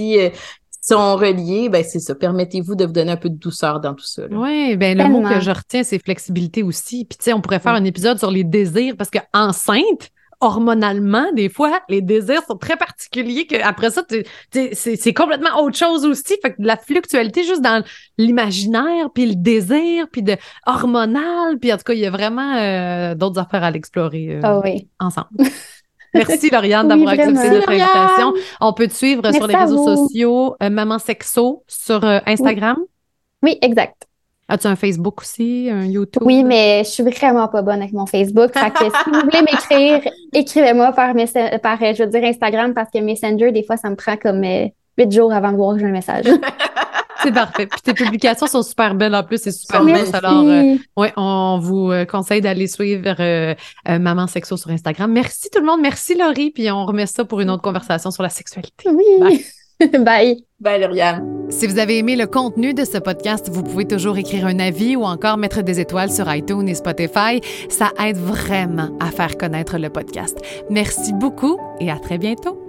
sont reliés, ben c'est ça. Permettez-vous de vous donner un peu de douceur dans tout ça.
Oui, ben le mot que je retiens, c'est flexibilité aussi. Puis tu sais, on pourrait faire un épisode sur les désirs parce que enceinte, hormonalement, des fois, les désirs sont très particuliers qu'après ça, c'est complètement autre chose aussi. Fait que de la fluctualité juste dans l'imaginaire, puis le désir, puis de hormonal, puis en tout cas, il y a vraiment d'autres affaires à l'explorer ensemble. Merci, Lauriane, d'avoir accepté notre invitation. On peut te suivre sur les réseaux sociaux, Maman Sexo, sur Instagram?
Oui, exact.
As-tu un Facebook aussi, un YouTube?
Oui, mais je suis vraiment pas bonne avec mon Facebook. Fait que si vous voulez m'écrire, écrivez-moi par je veux dire, Instagram, parce que Messenger, des fois, ça me prend comme 8 jours avant de voir que j'ai un message.
C'est parfait. Puis tes publications sont super belles en plus, c'est super beau. Alors, on vous conseille d'aller suivre Maman Sexo sur Instagram. Merci tout le monde. Merci Laurie. Puis on remet ça pour une autre conversation sur la sexualité.
Oui. Bye. Bye.
Bye, Lauriane.
Si vous avez aimé le contenu de ce podcast, vous pouvez toujours écrire un avis ou encore mettre des étoiles sur iTunes et Spotify. Ça aide vraiment à faire connaître le podcast. Merci beaucoup et à très bientôt.